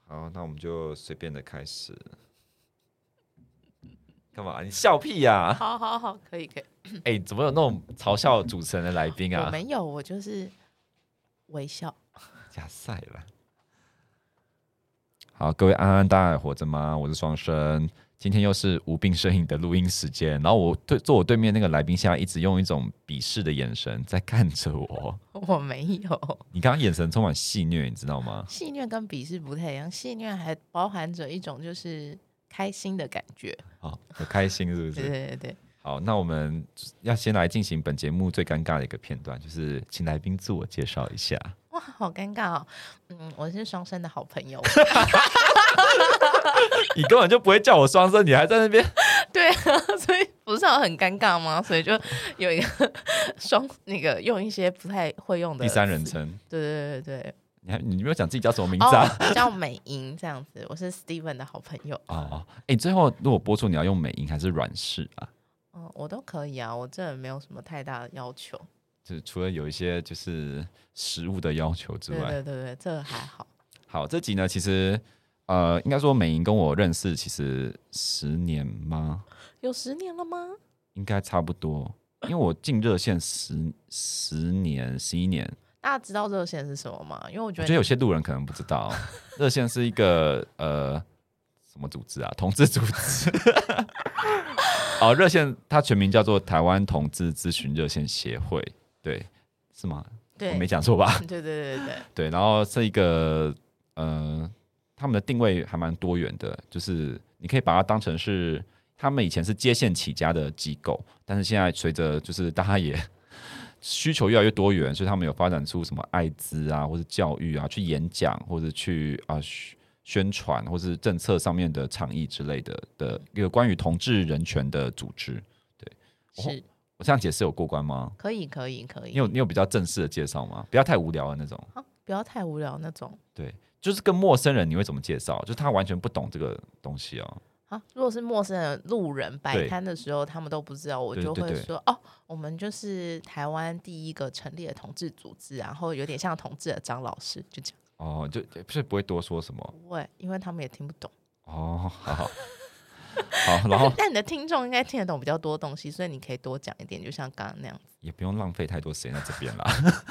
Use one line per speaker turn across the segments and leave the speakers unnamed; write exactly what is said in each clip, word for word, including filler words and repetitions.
好，那我们就随便的开始。干嘛？你笑屁呀、啊？
好好好，可以可以。
哎、欸，怎么有那种嘲笑主持人的来宾啊？
我没有，我就是微笑。
假赛了。好，各位安安，大家还活着吗？我是双生，今天又是无病呻吟的录音时间。然后我对坐我对面那个来宾现在一直用一种鄙视的眼神在看着我。
我没有。
你刚刚眼神充满戏谑，你知道吗？
戏谑跟鄙视不太一样，戏谑还包含着一种就是开心的感觉。
哦，有开心是不是？
对对对。
好，那我们要先来进行本节目最尴尬的一个片段，就是请来宾自我介绍一下。
哇，好尴尬哦。嗯，我是双生的好朋友。
你根本就不会叫我双生，你还在那边。
对啊，所以不是很尴尬吗？所以就有一个双那个用一些不太会用的
第三人称。
对对对对。
你还你没有讲自己叫什么名字啊？
哦、叫美英这样子，我是 Steven 的好朋友。
哦，哎、欸，最后如果播出你要用美音还是软式啊？
嗯，我都可以啊，我真的没有什么太大的要求，
就是除了有一些就是食物的要求之外，
对对对对，这个还好。
好，这集呢，其实呃，应该说美莹跟我认识其实十年吗？
有十年了吗？
应该差不多，因为我进热线十十年、十一年。
大家知道热线是什么吗？因为我觉得，
我觉得有些路人可能不知道，热线是一个呃什么组织啊？同志组织。哦，热线它全名叫做台湾同志咨询热线协会，对，是吗？
对，
我没讲错吧？
对对对对对。
对，然后是一个呃，他们的定位还蛮多元的，就是你可以把它当成是他们以前是接线起家的机构，但是现在随着就是大家也需求越来越多元，所以他们有发展出什么艾滋啊，或者教育啊，去演讲或者去啊。宣传或是政策上面的倡议之类的的一个关于同志人权的组织，对，
是、哦、
我这样解释有过关吗？
可以可以可以。
你有你有比较正式的介绍吗？不要太无聊的那种、
啊、不要太无聊那种。对，
就是跟陌生人你会怎么介绍？就是他完全不懂这个东西哦。
啊，如果是陌生人路人摆摊的时候，他们都不知道，我就会说
对对对
哦，我们就是台湾第一个成立的同志组织，然后有点像同志的张老师，就这样。
哦，就不是不会多说什么，
不会，因为他们也听不懂。
哦，好好好，然后
但你的听众应该听得懂比较多东西，所以你可以多讲一点，就像刚刚那样子，
也不用浪费太多时间在这边啦。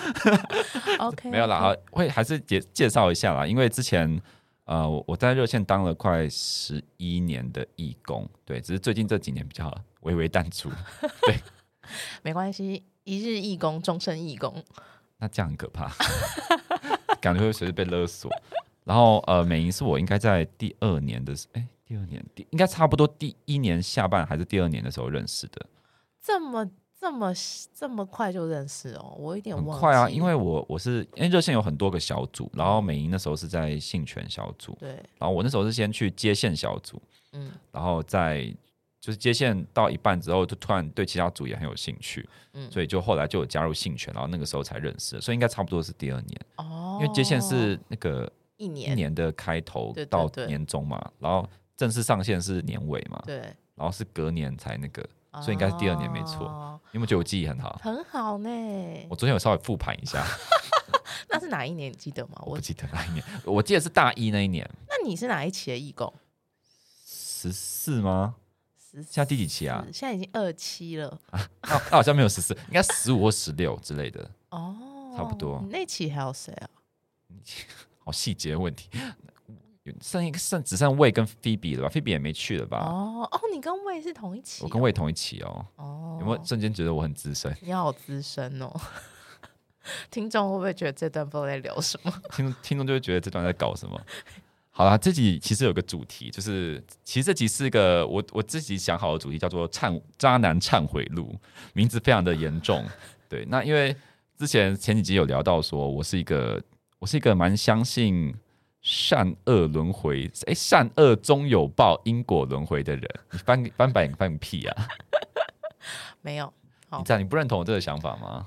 OK，
没有啦，会还是介介绍一下啦，因为之前呃我在热线当了快十一年的义工，对，只是最近这几年比较微微淡出，对，
没关系，一日义工，终身义工，
那这样很可怕。感觉会随时被勒索，然后呃，美莹是我应该在第二年的，哎，第二年第应该差不多第一年下半还是第二年的时候认识的，
这么这么这么快就认识哦，我有点忘记。
很快啊，因为我我是因为热线有很多个小组，然后美莹那时候是在性权小组，
对，
然后我那时候是先去接线小组，嗯，然后再就是接线到一半之后，就突然对其他组也很有兴趣，嗯，所以就后来就有加入性权，然后那个时候才认识，所以应该差不多是第二年哦，因为接线是那个
一年
一年的开头到年中嘛，对对对，然后正式上线是年尾嘛，对，然后是隔年才那个，所以应该是第二年没错。哦，你有没有觉得我记忆很好？
很好呢，
我昨天有稍微复盘一下。
那是哪一年？你记得吗？
我不记得哪一年，我记得是大一那一年。
那你是哪一期的义工？
十四吗？现在第几期啊？
现在已经二七了
啊，那好像没有十四，应该十五或十六之类的哦，差不多。
你那期还有谁啊？
好细节的问题，剩一个剩只剩魏跟菲比了吧？菲比也没去了吧？
哦哦，你跟魏是同一期，哦？
我跟魏同一期哦。哦，有没有瞬间觉得我很资深？
你好资深哦。听众会不会觉得这段不知道在聊什么？
听听众就会觉得这段在搞什么？好啦，这集其实有个主题，就是其实这集是一个我我自己想好的主题，叫做忏渣男忏悔录，名字非常的严重。对，那因为之前前几集有聊到说，我是一个我是一个蛮相信善恶轮回，哎，善恶终有报，因果轮回的人。你翻翻白眼翻个屁啊！
没有，
你这样你不认同我这个想法吗？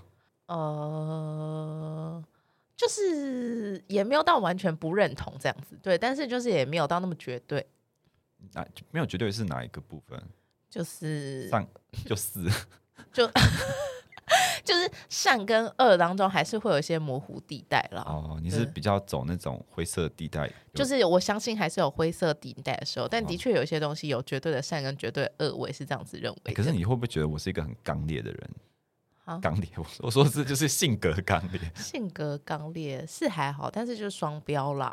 呃。就是也没有到完全不认同这样子，对，但是就是也没有到那么绝对。
哪没有绝对是哪一个部分？
就是
上就是
就就是善跟恶当中还是会有一些模糊地带啦。
哦，你是比较走那种灰色地带，
就是我相信还是有灰色地带的时候，但的确有一些东西有绝对的善跟绝对的恶，我也是这样子认为的。
可是你会不会觉得我是一个很刚烈的人？刚烈，我说的是就是性格刚烈，
性格刚烈是还好，但是就是双标啦。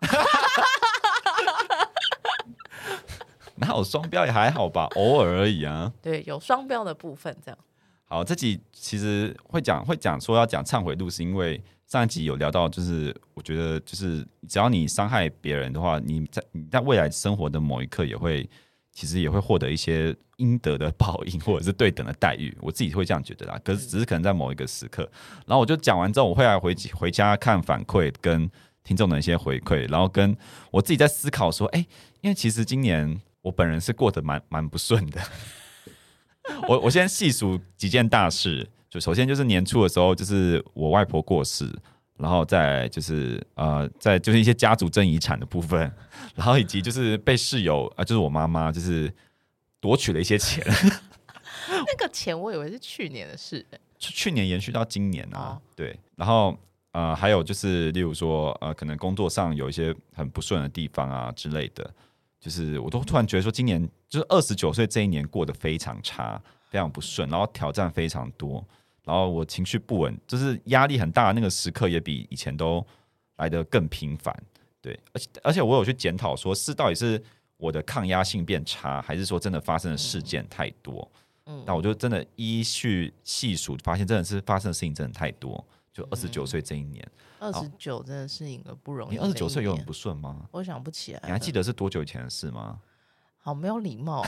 哪有双标也还好吧，偶尔而已啊。
对，有双标的部分这样。
好，这集其实会讲会讲说要讲忏悔录，是因为上一集有聊到，就是我觉得就是只要你伤害别人的话，你在你在未来生活的某一刻也会。其实也会获得一些应得的报应，或者是对等的待遇，我自己会这样觉得啦。可是只是可能在某一个时刻，然后我就讲完之后，我会来回回家看反馈跟听众的一些回馈，然后跟我自己在思考说，哎、欸，因为其实今年我本人是过得蛮蛮不顺的。我我先细数几件大事，就首先就是年初的时候，就是我外婆过世。然后再就是呃，再就是一些家族争遗产的部分，然后以及就是被室友啊、呃，就是我妈妈，就是夺取了一些钱。
那个钱我以为是去年的事，
去年延续到今年啊，
哦、
对。然后呃，还有就是例如说呃，可能工作上有一些很不顺的地方啊之类的，就是我都突然觉得说，今年就是二十九岁这一年过得非常差，非常不顺，然后挑战非常多。然后我情绪不稳，就是压力很大的那个时刻，也比以前都来得更频繁。对，而且而且我有去检讨，说是到底是我的抗压性变差，还是说真的发生的事件太多？嗯，那我就真的依序细数，发现真的是发生的事情真的太多。就二十九岁这一年，
二十九真的是一个不容易。
你二十九岁有很不顺吗？
我想不起来。
你还记得是多久以前的事吗？
好没有礼貌。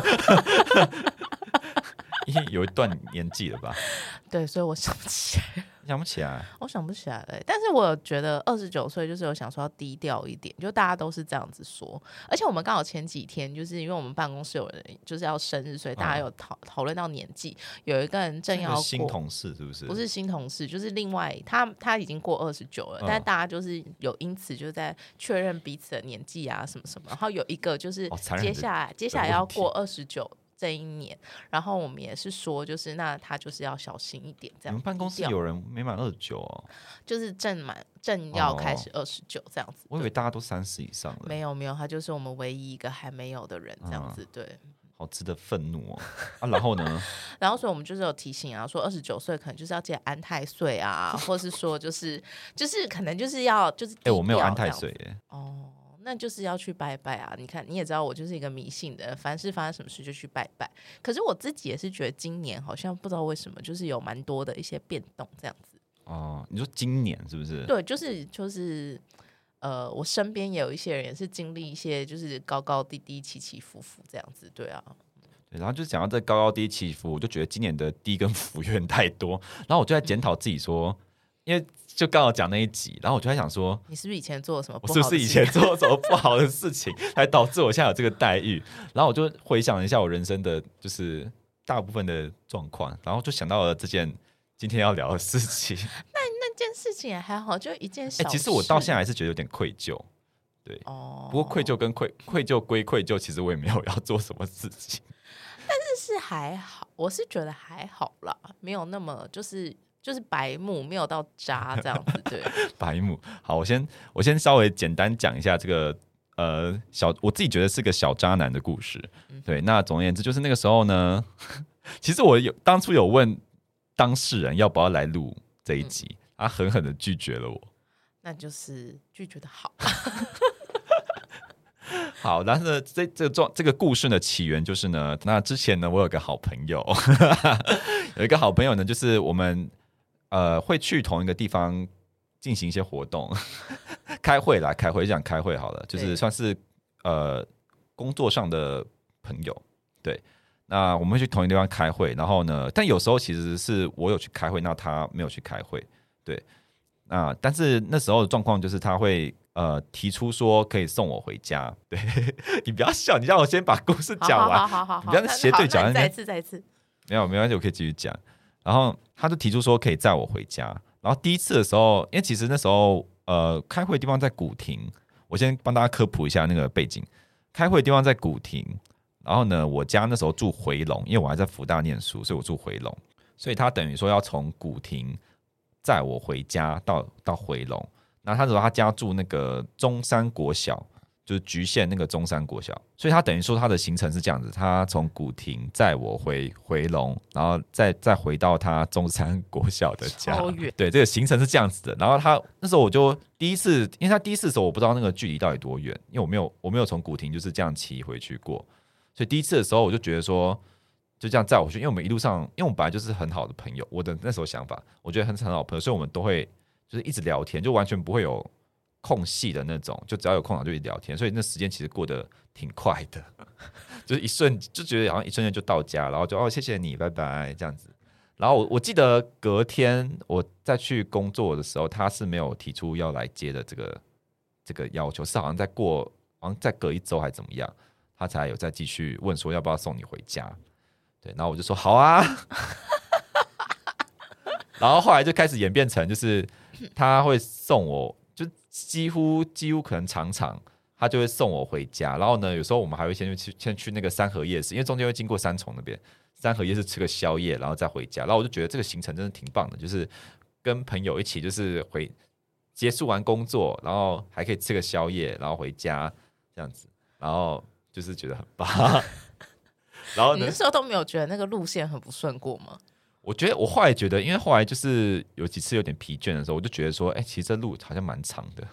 因为有一段年纪了吧？
对，所以我想不起来。
想不起来，
我想不起来了。但是我觉得二十九岁就是有想说要低调一点，就大家都是这样子说。而且我们刚好前几天就是因为我们办公室有人就是要生日，所以大家有讨讨论到年纪，有一个人正要过，
新同事是不是？
不是新同事，就是另外他他已经过二十九了，嗯、但大家就是有因此就在确认彼此的年纪啊什么什么。然后有一个就是接下来、哦、接下来要过二十九。这一年，然后我们也是说，就是那他就是要小心一点，这样。
你们办公室有人没满二十九哦？
就是正满正要开始二十九这样子。
我以为大家都三十以上了。
没有没有，他就是我们唯一一个还没有的人，这样子、嗯、对。
好值得愤怒哦！啊，然后呢？
然后所以我们就是有提醒啊，说二十九岁可能就是要记得安太岁啊，或是说就是就是可能就是要就是哎、
欸，我没有安太岁耶。
哦。那就是要去拜拜啊！你看，你也知道我就是一个迷信的，凡是发生什么事就去拜拜。可是我自己也是觉得今年好像不知道为什么，就是有蛮多的一些变动这样子。
哦，你说今年是不是？
对，就是就是呃，我身边也有一些人也是经历一些就是高高低低、起起伏伏这样子。对啊，
对，然后就讲到这高高低起伏，我就觉得今年的低跟伏有点太多，然后我就在检讨自己说，嗯、因为。就刚好讲那一集，然后我就在想说，
你是不是以前做了什么不好
的事情？我是不是以前做了什么不好的事情，才导致我现在有这个待遇？然后我就回想一下我人生的，就是大部分的状况，然后就想到了这件今天要聊的事情。
那那件事情也还好，就一件小事。
欸、其实我到现在还是觉得有点愧疚，对，哦。不过愧疚跟愧愧疚归愧疚，其实我也没有要做什么事情。
但是是还好，我是觉得还好啦，没有那么就是。就是白目，没有到渣这样子，对。
白目，好，我先我先稍微简单讲一下这个呃小，我自己觉得是个小渣男的故事。嗯、对，那总而言之，就是那个时候呢，其实我有当初有问当事人要不要来录这一集，嗯、他狠狠的拒绝了我。
那就是拒绝的好。
好，但是这这个这个故事的起源就是呢，那之前呢，我有个好朋友，有一个好朋友呢，就是我们。呃，会去同一个地方进行一些活动，开会啦，开会讲开会好了，就是算是呃工作上的朋友，对。那我们会去同一个地方开会，然后呢，但有时候其实是我有去开会，那他没有去开会，对。那但是那时候的状况就是他会呃提出说可以送我回家，对。你不要笑，你让我先把故事讲完，
好好好好好，
你不要斜对讲，
再一次再一次，
没有没关系，我可以继续讲。然后他就提出说可以载我回家，然后第一次的时候，因为其实那时候呃开会的地方在古亭，我先帮大家科普一下那个背景。开会的地方在古亭，然后呢，我家那时候住回龙，因为我还在福大念书，所以我住回龙。 所以他等于说要从古亭载我回家到到回龙。那他说他家住那个中山国小，就是局县那个中山国小，所以他等于说他的行程是这样子：他从古亭载我回回龙，然后再再回到他中山国小的家。
超远。
对，这个行程是这样子的。然后他那时候我就第一次，因为他第一次的时候我不知道那个距离到底多远，因为我没有我没有从古亭就是这样骑回去过，所以第一次的时候我就觉得说。就这样载我去，因为我们一路上，因为我们本来就是很好的朋友，我的那时候想法，我觉得很很好的朋友，所以我们都会就是一直聊天，就完全不会有空隙的那种，就只要有空档就一直聊天，所以那时间其实过得挺快的，就是一瞬就觉得好像一瞬间就到家，然后就哦谢谢你，拜拜这样子。然后 我, 我记得隔天我再去工作的时候，他是没有提出要来接的这个这个要求，是好像再过好像再隔一周还怎么样，他才有再继续问说要不要送你回家。对，然后我就说好啊，然后后来就开始演变成就是他会送我，就几乎几乎可能常常他就会送我回家，然后呢有时候我们还会先去先去那个三和夜市，因为中间会经过三重那边，三和夜市吃个宵夜，然后再回家，然后我就觉得这个行程真的挺棒的，就是跟朋友一起就是回结束完工作，然后还可以吃个宵夜，然后回家这样子，然后就是觉得很棒。然后呢，
你那时候都没有觉得那个路线很不顺过吗？
我觉得我后来觉得，因为后来就是有几次有点疲倦的时候，我就觉得说，哎、欸，其实这路好像蛮长的，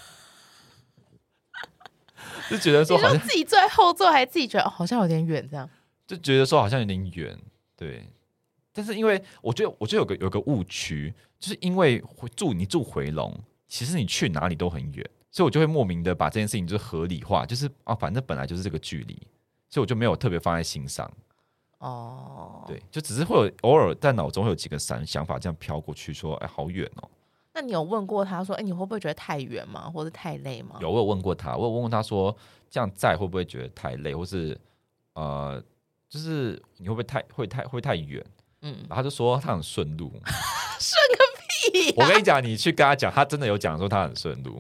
就觉得说好像
自己坐在后座，还自己觉得、哦、好像有点远，这样
就觉得说好像有点远，对。但是因为我觉得，我觉得有个有个误区，就是因为住你住回龙，其实你去哪里都很远，所以我就会莫名的把这件事情就是合理化，就是啊，反正本来就是这个距离。所以我就没有特别放在心上，哦，对，就只是会有偶尔在脑中会有几个想法这样飘过去，说，哎，好远哦。
那你有问过他说，哎，你会不会觉得太远吗？或者太累吗？
有，我有问过他，我有问过他说，这样载会不会觉得太累，或是呃，就是你会不会太会太会太远？嗯，然后他就说他很顺路，
顺个屁、啊！
我跟你讲，你去跟他讲，他真的有讲说他很顺路。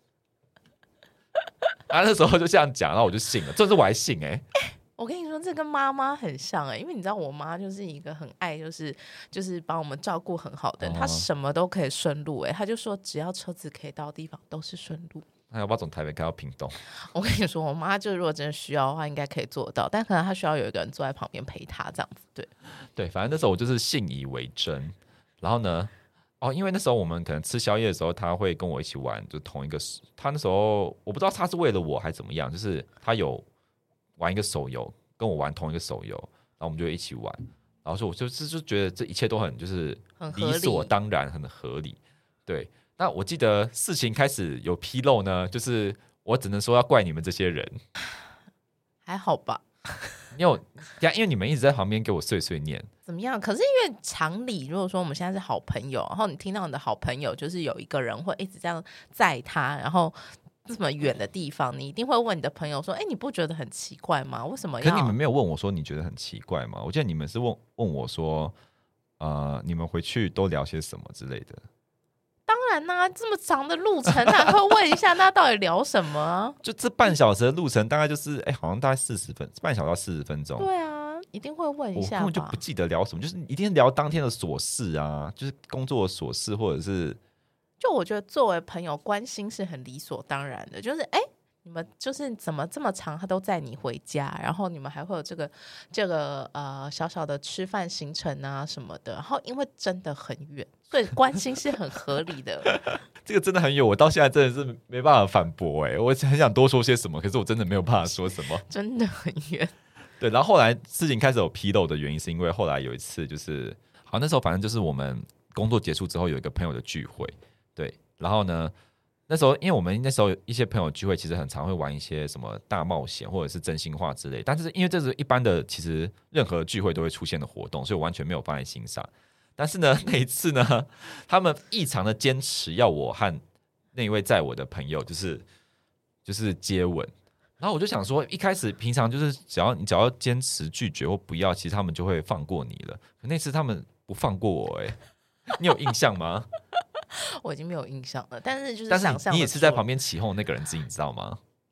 他那时候就这样讲，然后我就信了，这次我还信哎、欸
欸。我跟你说，这跟妈妈很像哎、欸，因为你知道我妈就是一个很爱，就是就是把我们照顾很好的人，她、哦、什么都可以顺路哎、欸，她就说只要车子可以到的地方都是顺路。
那要不要从台北开到屏东？
我跟你说，我妈就如果真的需要的话，应该可以做得到，但可能她需要有一个人坐在旁边陪她这样子。对
对，反正那时候我就是信以为真，然后呢。哦，因为那时候我们可能吃宵夜的时候，他会跟我一起玩，就同一个。他那时候我不知道他是为了我还怎么样，就是他有玩一个手游，跟我玩同一个手游，然后我们就一起玩。然后说我就是就觉得这一切都很就是理所当然，很合理。对，那我记得事情开始有纰漏呢，就是我只能说要怪你们这些人。
还好吧。
因为因为你们一直在旁边给我碎碎念，
怎么样？可是因为常理，如果说我们现在是好朋友，然后你听到你的好朋友就是有一个人会一直这样载他，然后这么远的地方，你一定会问你的朋友说：“哎，你不觉得很奇怪吗？为什么要？”
可是你们没有问我说你觉得很奇怪吗？我记得你们是问问我说，呃，你们回去都聊些什么之类的。
当然啦、啊，这么长的路程，当然会问一下那到底聊什么、啊？
就这半小时的路程，大概就是哎、欸，好像大概四十分，半小时到四十分钟。
对啊，一定会问一下吧。
我根本就不记得聊什么，就是一定聊当天的琐事啊，就是工作的琐事，或者是……
就我觉得作为朋友关心是很理所当然的，就是哎。欸你们就是怎么这么长，他都载你回家，然后你们还会有这个这个呃小小的吃饭行程啊什么的，然后因为真的很远，所以关心是很合理的。
这个真的很远，我到现在真的是没办法反驳哎、欸，我很想多说些什么，可是我真的没有办法说什么，
真的很远。
对，然后后来事情开始有纰漏的原因，是因为后来有一次就是好那时候反正就是我们工作结束之后有一个朋友的聚会，对，然后呢。那时候，因为我们那时候一些朋友聚会，其实很常会玩一些什么大冒险或者是真心话之类。但是因为这是一般的，其实任何聚会都会出现的活动，所以我完全没有放在心上。但是呢，那一次呢，他们异常的坚持要我和那一位载我的朋友，就是就是接吻。然后我就想说，一开始平常就是只要你只要坚持拒绝或不要，其实他们就会放过你了。可那次他们不放过我、欸，哎，你有印象吗？
我已经没有印象了，但是就是
想象，但是 你, 你也是在旁
边
边起哄那个人自己，你知道吗？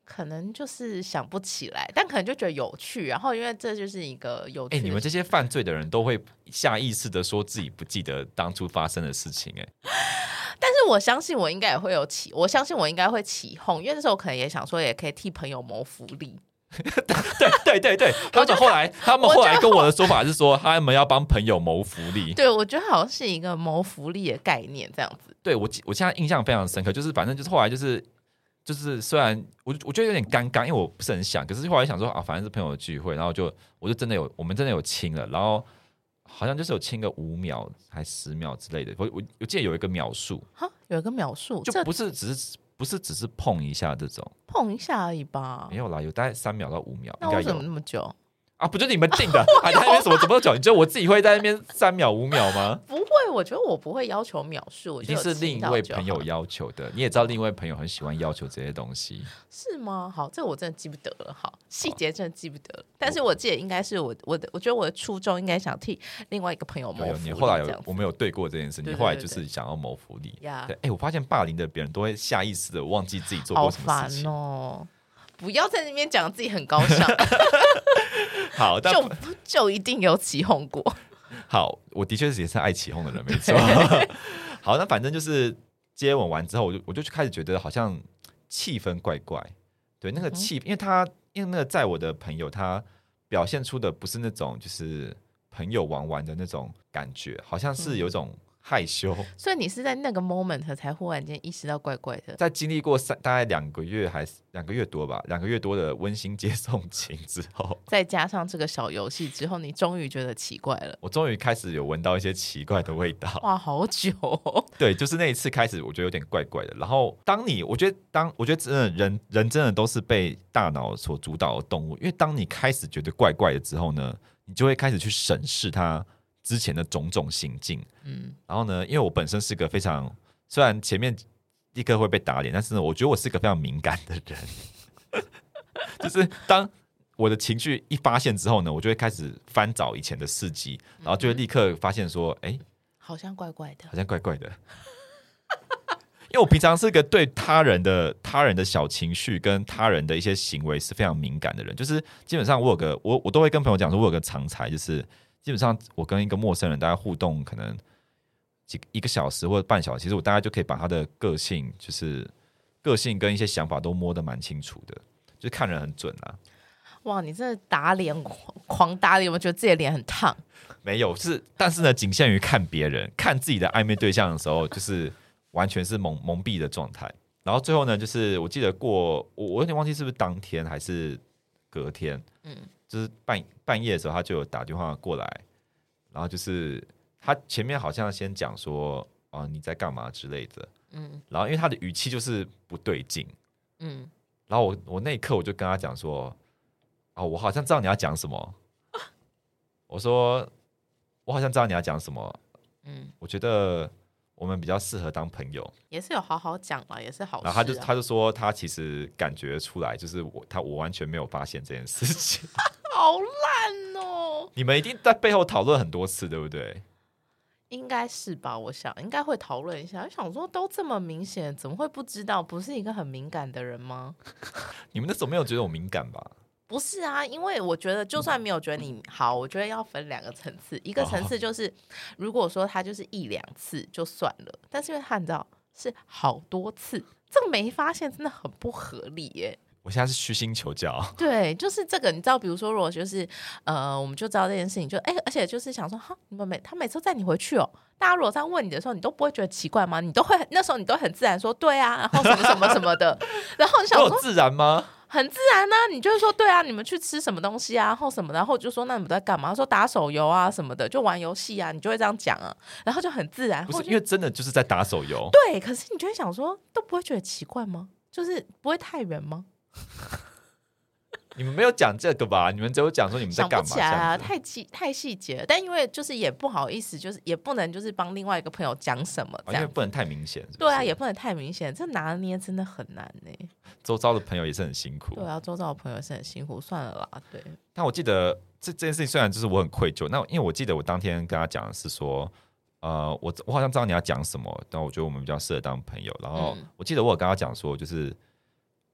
可能就是想不起来，但可能就觉得有趣，然后因为这就是一个有趣的。哎、
欸，你们这些犯罪的人都会下意识的说自己不记得当初发生的事情、欸，哎。
但是我相信我应该也会有起，我相信我应该会起哄，因为那时候我可能也想说，也可以替朋友谋福利。
对对对对，他们后来他们后来跟我的说法是说，他们要帮朋友谋福利。
对，我觉得好像是一个谋福利的概念这样子。
对我我现在印象非常深刻，就是反正就是后来就是就是虽然我我觉得有点尴尬，因为我不是很想，可是后来想说啊，反正是朋友的聚会，然后就我就真的有我们真的有亲了，然后好像就是有亲个五秒还十秒之类的，我我我记得有一个秒数，
哈，有一个秒数，
就不是只是。不是只是碰一下这种，
碰一下而已吧？
没有啦，有大概三秒到五秒，
那为什么那么久
啊？不就是你们定的？还在那边什么怎么久？你觉得我自己会在那边三秒五秒吗？
不会，我觉得我不会要求秒数，
一定是另一位朋友要求的。你也知道，另一位朋友很喜欢要求这些东西，
是吗？好，这个我真的记不得了。好，细节真的记不得了。但是我记得应该是我我的，我觉得我的初衷应该想替另外一个朋友谋福利。
你后来有我们有对过这件事，你后来就是想要谋福利。对，哎、欸，我发现霸凌的别人都会下意识的忘记自己做过什么事情。
好烦哦！不要在那边讲自己很高尚。
好，但
就就一定有起哄过。
好，我的确是也是爱起哄的人，没错。好，那反正就是接吻完之后，我就我就开始觉得好像气氛怪怪。对，那个气，嗯、因为他因为那个在我的朋友，他表现出的不是那种就是朋友玩玩的那种感觉，好像是有一种害羞。嗯、
所以你是在那个 moment 才忽然间意识到怪怪的。
在经历过三大概两个月还是两个月多吧，两个月多的温馨接送情之后，
再加上这个小游戏之后，你终于觉得奇怪了。
我终于开始有闻到一些奇怪的味道。
哇，好久、哦。
对，就是那一次开始，我觉得有点怪怪的。然后，当你我觉得当我觉得真的人人真的都是被大脑所主导的动物，因为当你开始觉得怪怪的之后呢，你就会开始去审视它之前的种种行径。嗯，然后呢，因为我本身是个非常虽然前面立刻会被打脸，但是呢，我觉得我是个非常敏感的人。就是当我的情绪一发现之后呢，我就会开始翻找以前的事迹，然后就会立刻发现说，哎、欸，
好像怪怪的，
好像怪怪的。因为我平常是个对他人的他人的小情绪跟他人的一些行为是非常敏感的人，就是基本上我有个我我都会跟朋友讲说，我有个常才，就是基本上我跟一个陌生人大概互动可能几一个小时或者半小时，其实我大概就可以把他的个性就是个性跟一些想法都摸得蛮清楚的，就是看人很准啊。
哇，你真的打脸狂打脸，有没有觉得自己的脸很烫？
没有，是但是呢，仅限于看别人，看自己的暧昧对象的时候，就是完全是蒙蒙蔽的状态。然后最后呢，就是我记得过，我我有点忘记是不是当天还是隔天，嗯，就是半半夜的时候，他就有打电话过来，然后就是他前面好像先讲说，哦、呃、你在干嘛之类的，嗯，然后因为他的语气就是不对劲，嗯，然后我我那一刻我就跟他讲说，哦，我好像知道你要讲什么，我说我好像知道你要讲什么，嗯，我觉得我们比较适合当朋友，
也是有好好讲啦，也是好事、啊。
然后他就他就说他其实感觉出来，就是我他我完全没有发现这件事情，
好烂哦！
你们一定在背后讨论很多次，对不对？
应该是吧，我想应该会讨论一下。我想说，都这么明显，怎么会不知道？不是一个很敏感的人吗？
你们那时候没有觉得我敏感吧？
不是啊，因为我觉得就算没有觉得你好，我觉得要分两个层次，一个层次就是、哦、如果说他就是一两次就算了，但是因为他你知道是好多次，这个没发现真的很不合理耶。
我现在是虚心求教，
对，就是这个，你知道，比如说，如果就是呃，我们就知道这件事情就，就哎，而且就是想说，哈，你们每他每次都载你回去哦，大家如果这样问你的时候，你都不会觉得奇怪吗？你都会那时候你都很自然说对啊，然后什么什么什么的，然后你想说
自然吗？
很自然啊，你就会说对啊，你们去吃什么东西啊，然后什么，然后就说那你们在干嘛？说打手游啊什么的，就玩游戏啊，你就会这样讲啊，然后就很自然。
不是因为真的就是在打手游，
对，可是你就会想说，都不会觉得奇怪吗？就是不会太远吗？
你们没有讲这个吧？你们只有讲说你们在干嘛？
想不起来啊，太细太细节了。但因为就是也不好意思，就是也不能就是帮另外一个朋友讲什么这样、
哦，因为不能太明显。
对啊，也不能太明显，这拿捏真的很难呢、欸。
周遭的朋友也是很辛苦。
对啊，周遭的朋友也是很辛苦，算了啦。对。
但我记得这这件事情虽然就是我很愧疚，那因为我记得我当天跟他讲的是说，呃，我我好像知道你要讲什么，但我觉得我们比较适合当朋友。然后我记得我有跟他讲说，就是。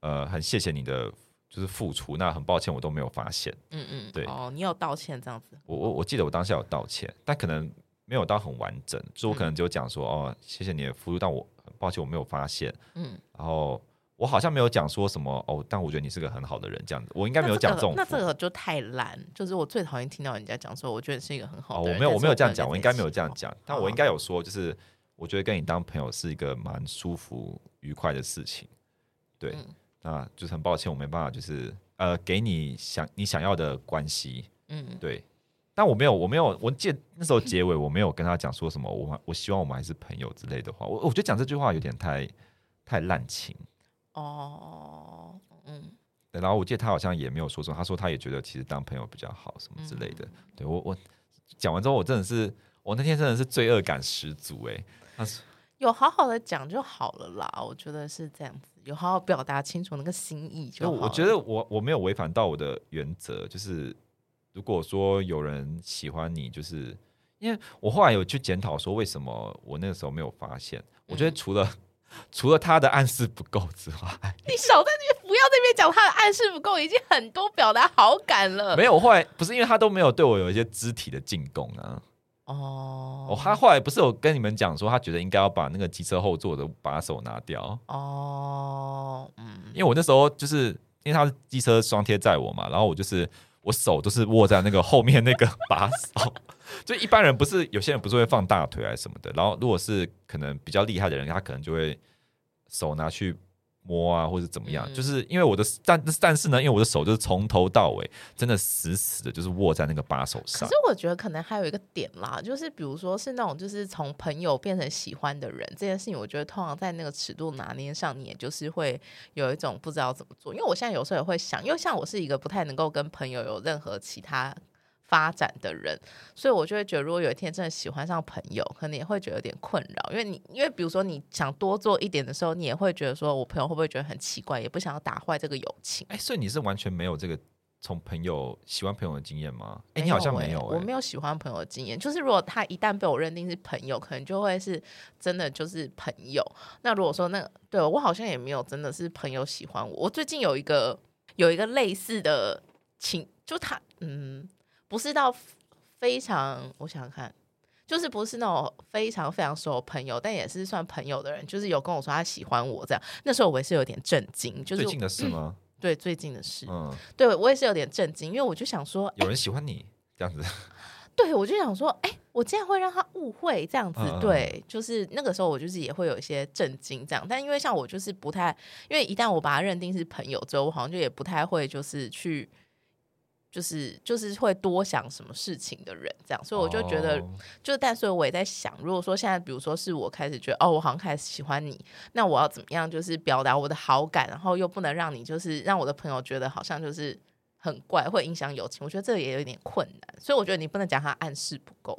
呃很谢谢你的就是付出，那很抱歉我都没有发现。
嗯嗯，
对
哦，你有道歉这样子？
我我我记得我当下有道歉，但可能没有到很完整，就是我可能只有讲说、嗯、哦谢谢你的付出，但我很抱歉我没有发现。嗯，然后我好像没有讲说什么哦，但我觉得你是个很好的人这样子，我应该没有讲这种。
那这个就太烂，就是我最讨厌听到人家讲说，我觉得你是一个很好的人。
哦，我没有，我没有这样讲，我应该没有这样讲，但我应该有说，就是我觉得跟你当朋友是一个蛮舒服、愉快的事情。对，嗯、那就是很抱歉，我没办法，就是呃，给你想你想要的关系。嗯，对。但我没有，我没有，我记得那时候结尾我没有跟他讲说什么，我我希望我们还是朋友之类的话。我我觉得讲这句话有点太太滥情。哦，嗯，然后我记得他好像也没有说什么，他说他也觉得其实当朋友比较好什么之类的。嗯、对我我讲完之后，我真的是我那天真的是罪恶感十足哎、欸。
有好好的讲就好了啦，我觉得是这样子，有好好表达清楚那个心意就好了。
我觉得我我没有违反到我的原则，就是如果说有人喜欢你，就是因为我后来有去检讨说为什么我那个时候没有发现，我觉得除了。嗯除了他的暗示不够之外，
你少在那边不要在那边讲他的暗示不够，已经很多表达好感了。
没有，我后来不是因为他都没有对我有一些肢体的进攻啊。哦，哦，他后来不是有跟你们讲说，他觉得应该要把那个机车后座的把手拿掉。哦，嗯，因为我那时候就是因为他是机车双贴载我嘛，然后我就是我手都是握在那个后面那个把手。就一般人不是有些人不是会放大腿还是什么的，然后如果是可能比较厉害的人，他可能就会手拿去摸啊或者怎么样、嗯、就是因为我的 但, 但是呢因为我的手就是从头到尾真的死死的就是握在那个把手上。
可是我觉得可能还有一个点啦，就是比如说是那种就是从朋友变成喜欢的人这件事情，我觉得通常在那个尺度拿捏上你也就是会有一种不知道怎么做。因为我现在有时候也会想，因为像我是一个不太能够跟朋友有任何其他发展的人，所以我就会觉得如果有一天真的喜欢上朋友，可能也会觉得有点困扰。因为你因为比如说你想多做一点的时候，你也会觉得说我朋友会不会觉得很奇怪，也不想要打坏这个友情。
哎，所以你是完全没有这个从朋友喜欢朋友的经验吗？哎，你好像没有、欸。
我没有喜欢朋友的经验，就是如果他一旦被我认定是朋友，可能就会是真的就是朋友。那如果说那对我好像也没有真的是朋友喜欢我。我最近有一个有一个类似的情，就他嗯。不是到非常，我想想看，就是不是那种非常非常熟的朋友，但也是算朋友的人，就是有跟我说他喜欢我这样。那时候我也是有点震惊，就是
最近的事吗？
嗯、对，最近的事。嗯，对我也是有点震惊，因为我就想说，
有人喜欢你、欸、这样子。
对，我就想说，哎、欸，我竟然会让他误会这样子。嗯、对，就是那个时候我就是也会有一些震惊这样。但因为像我就是不太，因为一旦我把他认定是朋友之后，我好像就也不太会就是去。就是就是会多想什么事情的人这样，所以我就觉得、oh. 就但所以我也在想，如果说现在比如说是我开始觉得哦我好像开始喜欢你，那我要怎么样就是表达我的好感，然后又不能让你就是让我的朋友觉得好像就是很怪，会影响友情，我觉得这个也有点困难。所以我觉得你不能讲他暗示不够。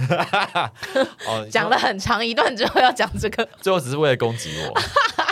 讲了很长一段之后要讲这个，
最后只是为了攻击我。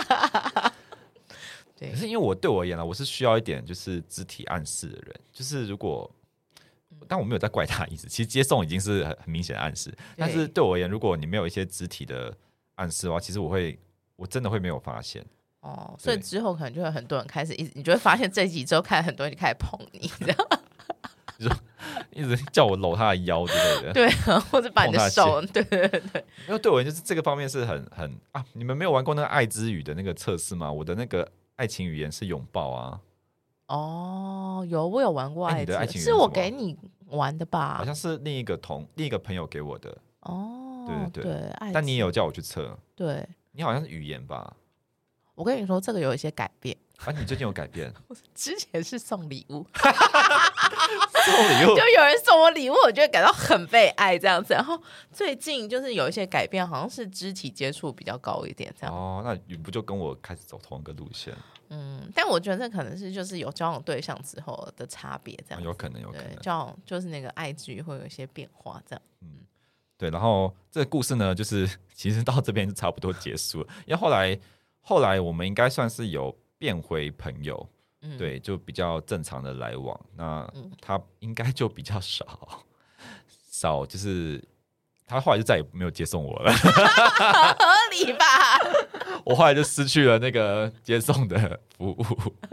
可是因为我对我而言啦，我是需要一点就是肢体暗示的人，就是如果，但我没有在怪他的意思，其实接送已经是很明显的暗示，但是对我而言，如果你没有一些肢体的暗示的话，其实我会我真的会没有发现。
哦，所以之后可能就会很多人开始一直，你就会发现这一集之后，看很多人就开始捧你，知道吗？
就一直叫我搂他的腰之类的，
对，或者把你的手，对对对。
因为对我而言，就是这个方面是很很啊，你们没有玩过那个爱之语的那个测试吗？我的那个。爱情语言是拥抱啊！
哦，有我有玩过爱情，欸、是, 是我给你玩的吧？
好像是另一个同另一个朋友给我的。哦，对对 对,
对，
但你也有叫我去测，
对，
你好像是语言吧？
我跟你说，这个有一些改变。
啊，你最近有改变？
之前是送礼物，
送礼物，
就有人送我礼物，我就会感到很被爱这样子。然后最近就是有一些改变，好像是肢体接触比较高一点这样。
哦，那你不就跟我开始走同一个路线？
嗯，但我觉得这可能是就是有交往对象之后的差别这样、哦。
有可能，有可能，
交往就是那个爱之语会有一些变化这样。嗯，
对。然后这个故事呢，就是其实到这边就差不多结束了，因为后来后来我们应该算是有变回朋友。嗯、对，就比较正常的来往，那他应该就比较少少，就是他后来就再也没有接送我了。
合理吧？
我后来就失去了那个接送的服务，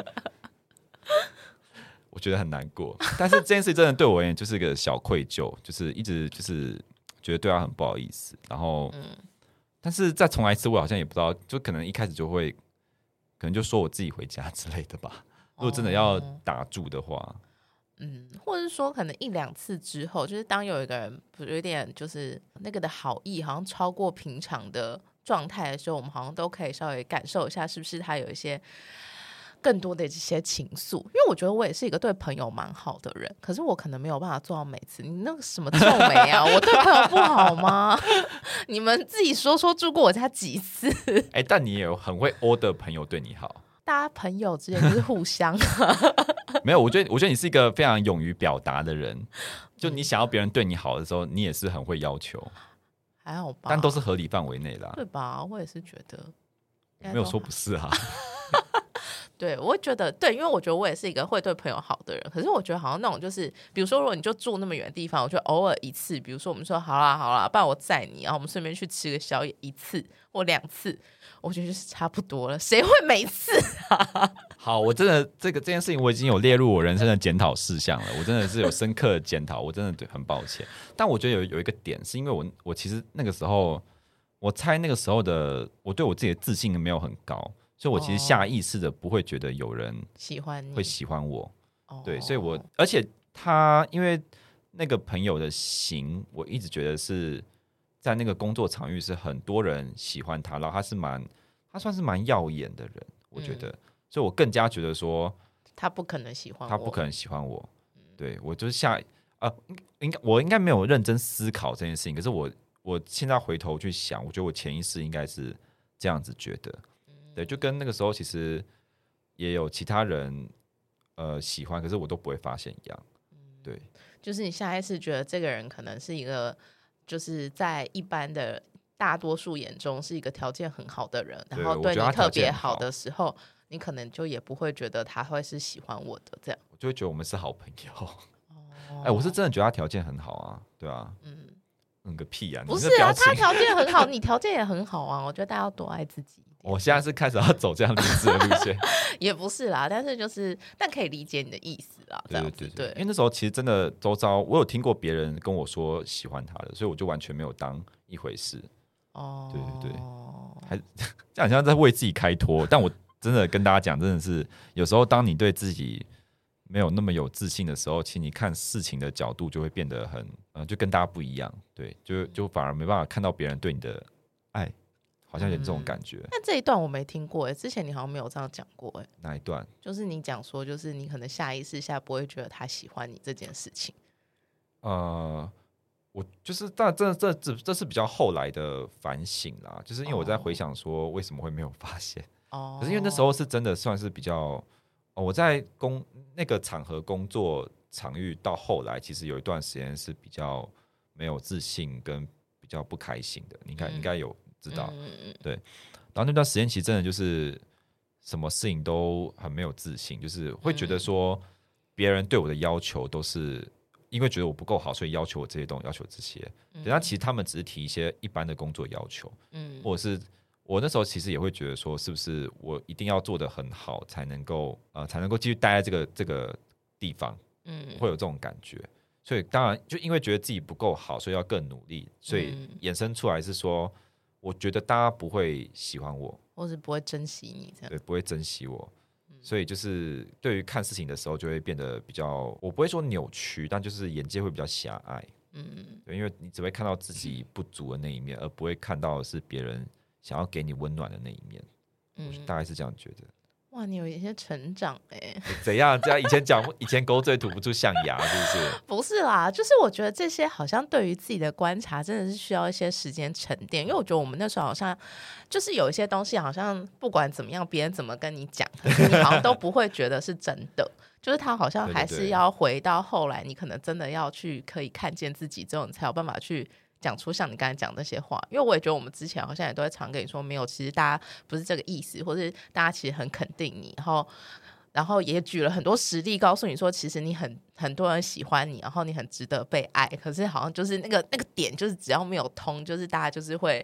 我觉得很难过。但是这件事真的对我而言就是一个小愧疚，就是一直就是觉得对他很不好意思。然后，嗯、但是再重来一次，我好像也不知道，就可能一开始就会，可能就说我自己回家之类的吧。如果真的要打住的话。
嗯，或者是说可能一两次之后，就是当有一个人有一点就是那个的好意好像超过平常的状态的时候，我们好像都可以稍微感受一下是不是他有一些更多的这些情愫。因为我觉得我也是一个对朋友蛮好的人，可是我可能没有办法做到每次。你那个什么皱眉啊我对朋友不好吗？你们自己说说住过我家几次。
哎、欸，但你也有很会 order 朋友对你好，
大家朋友之间就是互相
没有，我觉得我觉得你是一个非常勇于表达的人，就你想要别人对你好的时候，你也是很会要求，
还好吧，
但都是合理范围内啦，
对吧？我也是觉得
没有说不是啊。
对，我会觉得对，因为我觉得我也是一个会对朋友好的人，可是我觉得好像那种就是，比如说如果你就住那么远的地方，我觉得偶尔一次，比如说我们说好啦好啦，不然我载你，然后我们顺便去吃个宵夜一次或两次，我觉得就是差不多了，谁会每次啊？
好，我真的这个这件事情我已经有列入我人生的检讨事项了，我真的是有深刻的检讨，我真的对很抱歉。但我觉得有有一个点是因为我我其实那个时候，我猜那个时候的我对我自己的自信没有很高，所以我其实下意识的不会觉得有人
喜欢你，
会喜欢我。
哦、
对，所以我而且他因为那个朋友的型，我一直觉得是在那个工作场域是很多人喜欢他，然后他是蛮他算是蛮耀眼的人，我觉得。嗯，所以我更加觉得说
他不可能喜欢我，
他不可能喜欢我。嗯、对，我就是下啊，应该我应该没有认真思考这件事情，可是我我现在回头去想，我觉得我潜意识应该是这样子觉得。嗯、对，就跟那个时候其实也有其他人呃喜欢，可是我都不会发现一样。对，
就是你下意识觉得这个人可能是一个，就是在一般的大多数眼中是一个条件很好的人，然后对你特别好的时候。你可能就也不会觉得他会是喜欢我的，这样
我就会觉得我们是好朋友。哎、哦欸，我是真的觉得他条件很好啊，对啊，嗯，嗯个屁啊！
不是啊，他条件很好，你条件也很好啊。我觉得大家要多爱自己。
我现在是开始要走这样励志的路线，
也不是啦，但是就是，但可以理解你的意思啦。这样子，对对 对, 对，
因为那时候其实真的周遭，我有听过别人跟我说喜欢他的，所以我就完全没有当一回事。哦，对对对，还这样好像在为自己开脱，但我。真的跟大家讲，真的是有时候当你对自己没有那么有自信的时候，其实你看事情的角度就会变得很呃，就跟大家不一样，对，就就反而没办法看到别人对你的爱，好像有点这种感觉。
但、嗯、这一段我没听过哎，之前你好像没有这样讲过哎。
哪一段？
就是你讲说，就是你可能下意识下不会觉得他喜欢你这件事情。
呃，我就是但这这这这是比较后来的反省啦，就是因为我在回想说为什么会没有发现。哦，可是因为那时候是真的算是比较，哦、我在工那个场合工作场域到后来，其实有一段时间是比较没有自信跟比较不开心的，你应该、嗯、应该有知道，嗯、对。然后那段时间其实真的就是什么事情都很没有自信，就是会觉得说别人对我的要求都是因为觉得我不够好，所以要求我这些东西，要求这些。嗯、但其实他们只是提一些一般的工作要求，嗯，或者是。我那时候其实也会觉得说，是不是我一定要做得很好，才能够呃，才能够继续待在这个这个地方，嗯，会有这种感觉。所以当然就因为觉得自己不够好，所以要更努力，所以衍生出来是说，我觉得大家不会喜欢我，
或是不会珍惜你这样，
对，不会珍惜我。所以就是对于看事情的时候，就会变得比较，我不会说扭曲，但就是眼界会比较狭隘，嗯，对，因为你只会看到自己不足的那一面，而不会看到的是别人。想要给你温暖的那一面，嗯，我大概是这样觉得。
哇，你有一些成长哎、欸，
怎样？这样以前讲以前狗嘴吐不出象牙，是不是？
不是啦，就是我觉得这些好像对于自己的观察，真的是需要一些时间沉淀。因为我觉得我们那时候好像就是有一些东西，好像不管怎么样，别人怎么跟你讲，可是你好像都不会觉得是真的。就是他好像还是要回到后来，你可能真的要去可以看见自己之后，你才有办法去。讲出像你刚才讲那些话，因为我也觉得我们之前好像也都会常跟你说，没有，其实大家不是这个意思，或是大家其实很肯定你，然后然后也举了很多实例告诉你说，其实你很很多人喜欢你，然后你很值得被爱，可是好像就是那个那个点，就是只要没有通，就是大家就是会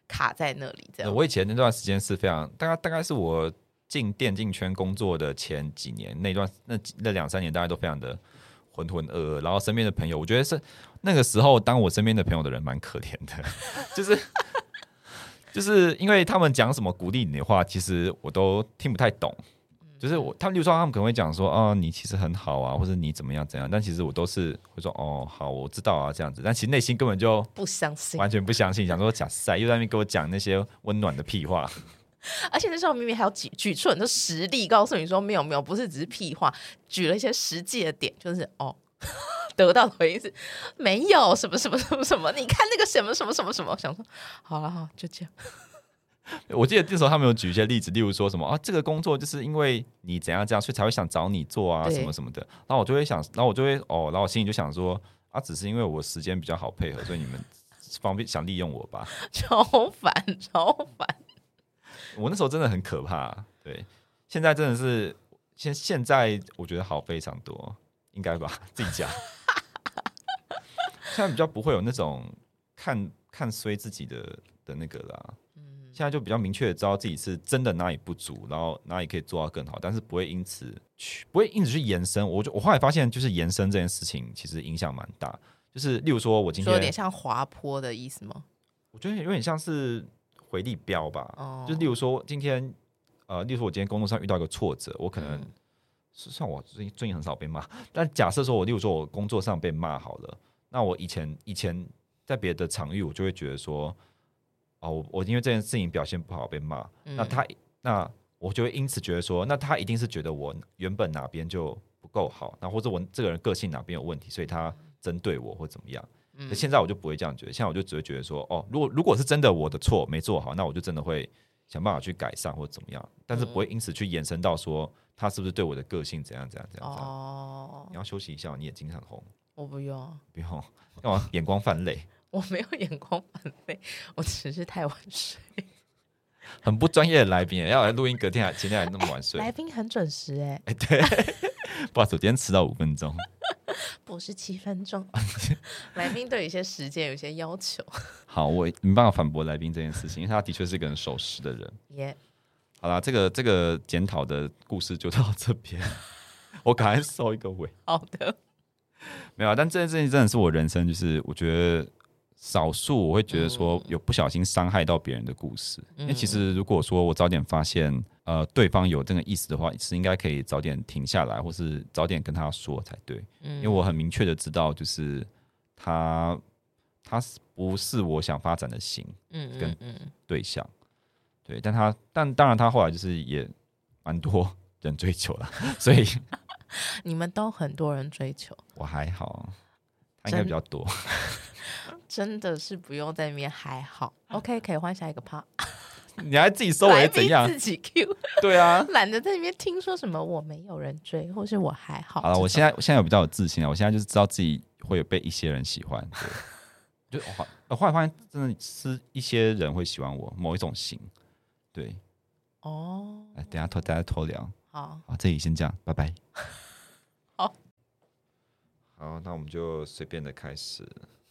卡在那里这样。
我以前那段时间是非常大概大概是我进电竞圈工作的前几年，那段那那两三年大概都非常的浑浑噩噩，然后身边的朋友，我觉得是那个时候当我身边的朋友的人蛮可怜的，就是就是因为他们讲什么鼓励你的话，其实我都听不太懂。就是我，他们例如说，他们可能会讲说，哦，你其实很好啊，或者你怎么样怎样，但其实我都是会说，哦，好，我知道啊，这样子。但其实内心根本就
不相信，
完全不相信，想说假赛，又在那边给我讲那些温暖的屁话。
而且那时候明明还有举举出很多实例，告诉你说没有没有，不是只是屁话，举了一些实际的点，就是哦，得到的回应是没有什么什么什么什么，你看那个什么什么什么什么，想说好了好就这样。
我记得那时候他们有举一些例子，例如说什么啊，这个工作就是因为你怎样这样，所以才会想找你做啊，什么什么的。然后我就会想，然后我就会哦，然后我心里就想说啊，只是因为我时间比较好配合，所以你们方便想利用我吧。
超烦，超烦。
我那时候真的很可怕，对。现在真的是现现在我觉得好非常多，应该吧？自己讲。现在比较不会有那种看看衰自己的的那个啦。现在就比较明确的知道自己是真的哪里不足，然后哪里可以做到更好，但是不会因此去不会因此去延伸。我就我后来发现，就是延伸这件事情其实影响蛮大。就是例如说，我今天
说有点像滑坡的意思吗？
我觉得有点像是回力镖吧。
哦、
就是例如说，今天呃，例如说我今天工作上遇到一个挫折，我可能、嗯、像我最近最近很少被骂，但假设说我例如说我工作上被骂好了，那我以前以前在别的场域，我就会觉得说。哦，我我因为这件事情表现不好被骂、嗯，那他那我就会因此觉得说，那他一定是觉得我原本哪边就不够好，那或者我这个人个性哪边有问题，所以他针对我或怎么样。嗯、现在我就不会这样觉得，现在我就只会觉得说，哦，如果如果是真的我的错没做好，那我就真的会想办法去改善或者怎么样，但是不会因此去延伸到说他是不是对我的个性怎样怎样怎样。哦，你要休息一下，你眼睛很红。
我不用，
不用，干嘛？眼光泛泪。
我没有眼光泛泪，我只是太晚睡。
很不专业的来宾，要来录音，隔天还前天还那么晚睡。
欸、来宾很准时哎、欸，
哎、欸、对，不好意思，我今天迟到五分钟，
不是七分钟。来宾对有一些时间有一些要求。
好，我没办法反驳来宾这件事情，因为他的确是一个很守时的人。
耶、yeah ，
好啦，这个这个检讨的故事就到这边，我赶快收一个尾。
好的，
没有，但这件事情真的是我人生，就是我觉得。少数我会觉得说有不小心伤害到别人的故事、嗯，因为其实如果说我早点发现，呃，对方有这个意思的话，是应该可以早点停下来，或是早点跟他说才对。嗯、因为我很明确的知道，就是他他不是我想发展的型跟对象，嗯嗯嗯对，但他但当然他后来就是也蛮多人追求了，所以
你们都很多人追求，
我还好，他应该比较多。
真的是不用在那边还好 ，OK， 可以换下一个 part。
你还自己收尾怎样？
自己 Q。
对啊，
懒得在那边听说什么我没有人追，或是我还好。
好了，我现在我现在有比较有自信了，我现在就是知道自己会有被一些人喜欢。对，就我后来发现，真的是一些人会喜欢我某一种型。对，哦，来，等一下偷大家偷聊。
好，
好，这里先这样，拜拜。
好，
好，那我们就随便的开始。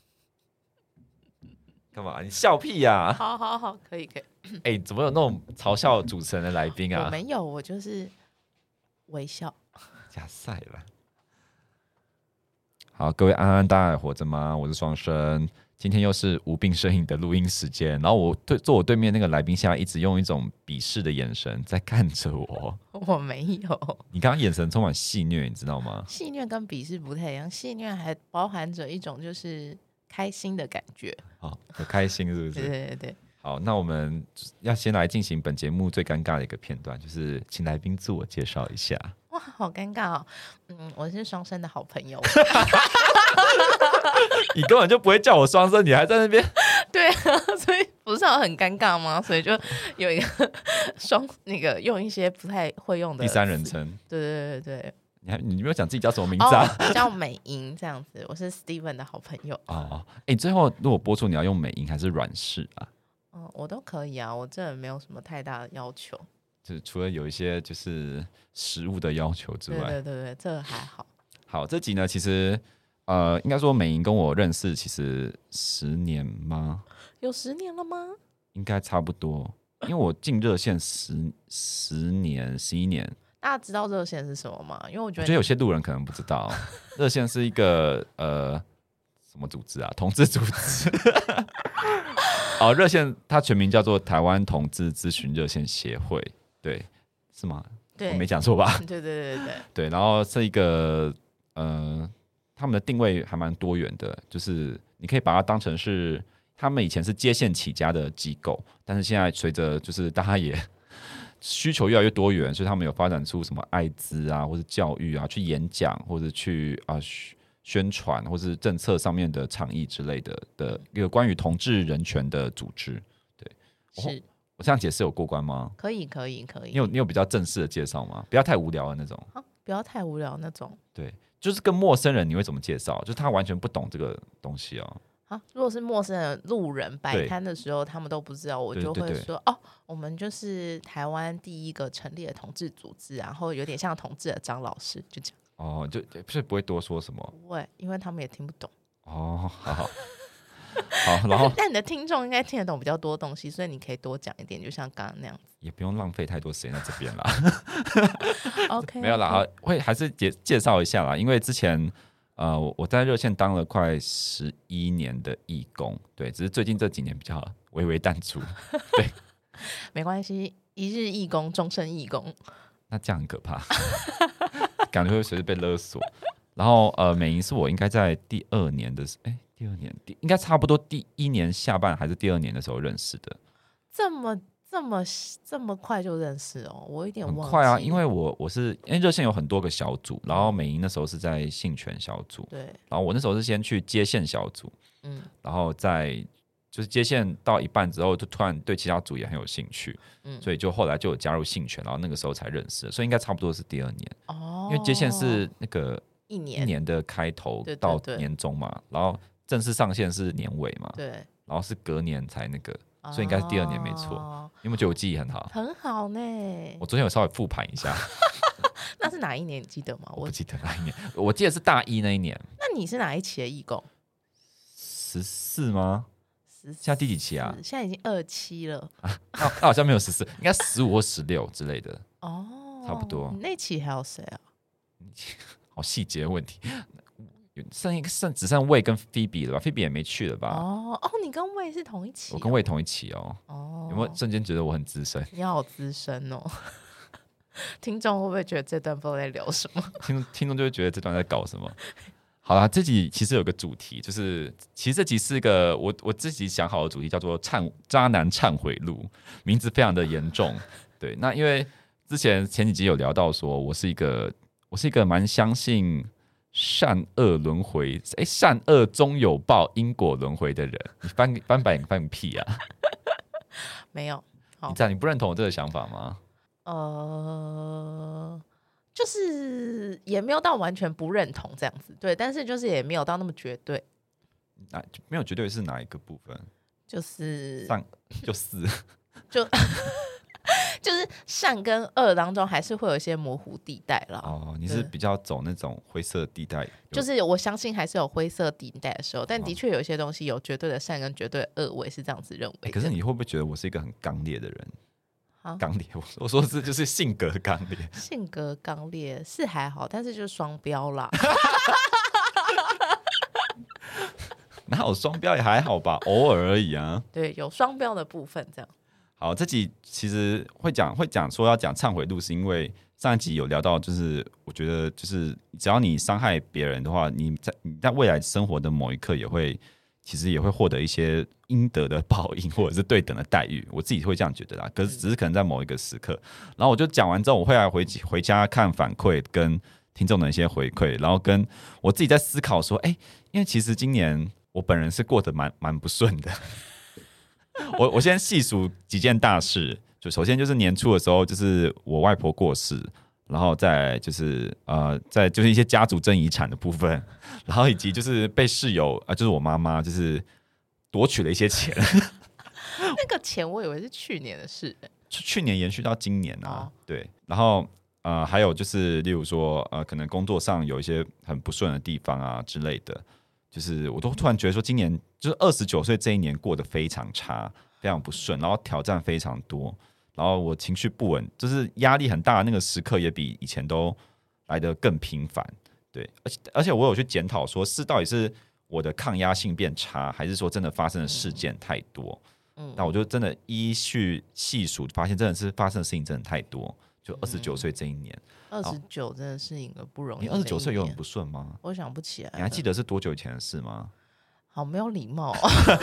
干嘛？你笑屁呀、啊！
好好好，可以可以。
哎、欸，怎么有那种嘲笑主持人的来宾啊？
我没有，我就是微笑。
假赛了。好，各位安安，大家还活着吗？我是双生，今天又是无病呻吟的录音时间。然后我对坐我对面那个来宾，现在一直用一种鄙视的眼神在看着我。
我没有。
你刚刚眼神充满戏谑，你知道吗？
戏谑跟鄙视不太一样，戏谑还包含着一种就是开心的感觉。
哦，有开心是不是？
对对对对。
好，那我们要先来进行本节目最尴尬的一个片段，就是请来宾自我介绍一下。
哇，好尴尬哦！嗯，我是双生的好朋友。
你根本就不会叫我双生，你还在那边。
对啊，所以不是很尴尬吗？所以就有一个双那个用一些不太会用的
第三人称。
对对对对。
你还你没有讲自己叫什么名字啊？
哦、叫美英这样子，我是 Steven 的好朋友。
哦，哎、欸，最后如果播出你要用美英还是软式啊？
嗯，我都可以啊，我真的没有什么太大的要求。
就是除了有一些就是食物的要求之外，
对对对对，这个还好。
好，这集呢，其实呃，应该说美英跟我认识其实十年吗？
有十年了吗？
应该差不多，因为我进热线十十年、十一年。
大家知道热线是什么吗？因为我觉得，我
觉得有些路人可能不知道，热线是一个呃什么组织啊？同志组织。哦，热线它全名叫做台湾同志咨询热线协会，对，是吗？
对，
我没讲错吧？
对对对对
对，然后是一个呃，他们的定位还蛮多元的，就是你可以把它当成是他们以前是接线起家的机构，但是现在随着就是大家也需求越来越多元，所以他们有发展出什么艾滋啊，或者教育啊，去演讲或者去啊、呃、宣传，或是政策上面的倡议之类的的一个关于同志人权的组织。对，
是。
我这样解释有过关吗？
可以，可以，可以。
你有你有比较正式的介绍吗？不要太无聊的那种。
啊，不要太无聊那种。对，
就是跟陌生人你会怎么介绍？就是他完全不懂这个东西哦。
啊，如果是陌生人路人摆摊的时候，他们都不知道，我就会说对对对哦，我们就是台湾第一个成立的同志组织，然后有点像同志的张老师，就这样。
哦，就所以不会多说什么。
不会，因为他们也听不懂。
哦，好好。好，然后
但你的听众应该听得懂比较多东西，所以你可以多讲一点，就像刚刚那样子，
也不用浪费太多时间在这边啦。
OK，
没有啦，会还是介介绍一下啦，因为之前呃我在热线当了快十一年的义工，对，只是最近这几年比较微微淡出，对，
没关系，一日义工，终身义工，
那这样很可怕，感觉会随时被勒索。然后呃，美莹是我应该在第二年的哎。第二年，应该差不多第一年下半还是第二年的时候认识的。
这么这么这么快就认识哦？我有点忘记。
很快啊，因为我我是因为热线有很多个小组，然后美莹那时候是在性权小组，
对，
然后我那时候是先去接线小组，嗯，然后在就是接线到一半之后，就突然对其他组也很有兴趣，嗯，所以就后来就有加入性权，然后那个时候才认识，所以应该差不多是第二年哦，因为接线是那个
一年
一年的开头到年终嘛，对对对，然后正式上线是年尾嘛，
对，
然后是隔年才那个，所以应该是第二年没错。哦，你有没有觉得我记忆很好？
很好呢。
我昨天有稍微复盘一下。
那是哪一年？你记得吗？
我不记得哪一年，我记得是大一那一年。
那你是哪一期的义工？
十四吗？现在第几期啊？
现在已经二七了。
啊，那好像没有十四，应该十五或十六之类的。
哦，
差不多。
你那期还有谁啊？
好细节的问题。剩一个剩只剩魏跟 Phoebe 了吧 ？Phoebe 也没去了吧？
哦哦，你跟魏是同一期，哦？
我跟魏同一期哦。哦，有没有瞬间觉得我很资深？
你好资深哦！听众会不会觉得这段不知道在聊什么？
听听众就会觉得这段在搞什么？好啦，这集其实有个主题，就是其实这集是个我我自己想好的主题，叫做忏渣男忏悔录，名字非常的严重。对，那因为之前前几集有聊到说，我是一个我是一个蛮相信善恶轮回，哎，善恶终有报，因果轮回的人。你翻翻白眼翻个屁啊！
没有，
你这样你不认同我这个想法吗？
呃，就是也没有到完全不认同这样子，对，但是就是也没有到那么绝对。
啊，没有绝对是哪一个部分？
就是
善，就是
就。就是善跟恶当中还是会有一些模糊地带啦。
哦，你是比较走那种灰色地带？
就是我相信还是有灰色地带的时候，但的确有一些东西有绝对的善跟绝对的恶，我也是这样子认为、欸。
可是你会不会觉得我是一个很刚烈的人？刚烈，我说是就是性格刚烈。
性格刚烈是还好，但是就是双标啦。
哪有双标也还好吧，偶尔而已啊。
对，有双标的部分这样。
好，这集其实会讲会讲说要讲忏悔录，是因为上一集有聊到，就是我觉得就是只要你伤害别人的话，你在你在未来生活的某一刻也会其实也会获得一些应得的报应或者是对等的待遇，我自己会这样觉得啦。可是只是可能在某一个时刻，然后我就讲完之后，我会来回回家看反馈跟听众的一些回馈，然后跟我自己在思考说，哎、欸，因为其实今年我本人是过得蛮蛮不顺的。我我先细数几件大事，就首先就是年初的时候，就是我外婆过世，然后再就是呃，再就是一些家族争遗产的部分，然后以及就是被室友啊、呃，就是我妈妈就是夺取了一些钱。
那个钱我以为是去年的事、欸，
去年延续到今年啊，哦、对，然后呃还有就是例如说呃，可能工作上有一些很不顺的地方啊之类的。就是我都突然觉得说，今年就是二十九岁这一年过得非常差，非非常不顺，然后挑战非常多，然后我情绪不稳，就是压力很大的那个时刻也比以前都来得更频繁。对，而且而且我有去检讨说，是到底是我的抗压性变差，还是说真的发生的事件太多？嗯，那我就真的依序细数，发现真的是发生的事情真的太多。就二十九岁这一年，
二十九真的是一个不容易。
你二十九岁有很不顺吗？
我想不起来。
你还记得是多久以前的事吗？
好没有礼貌、哦。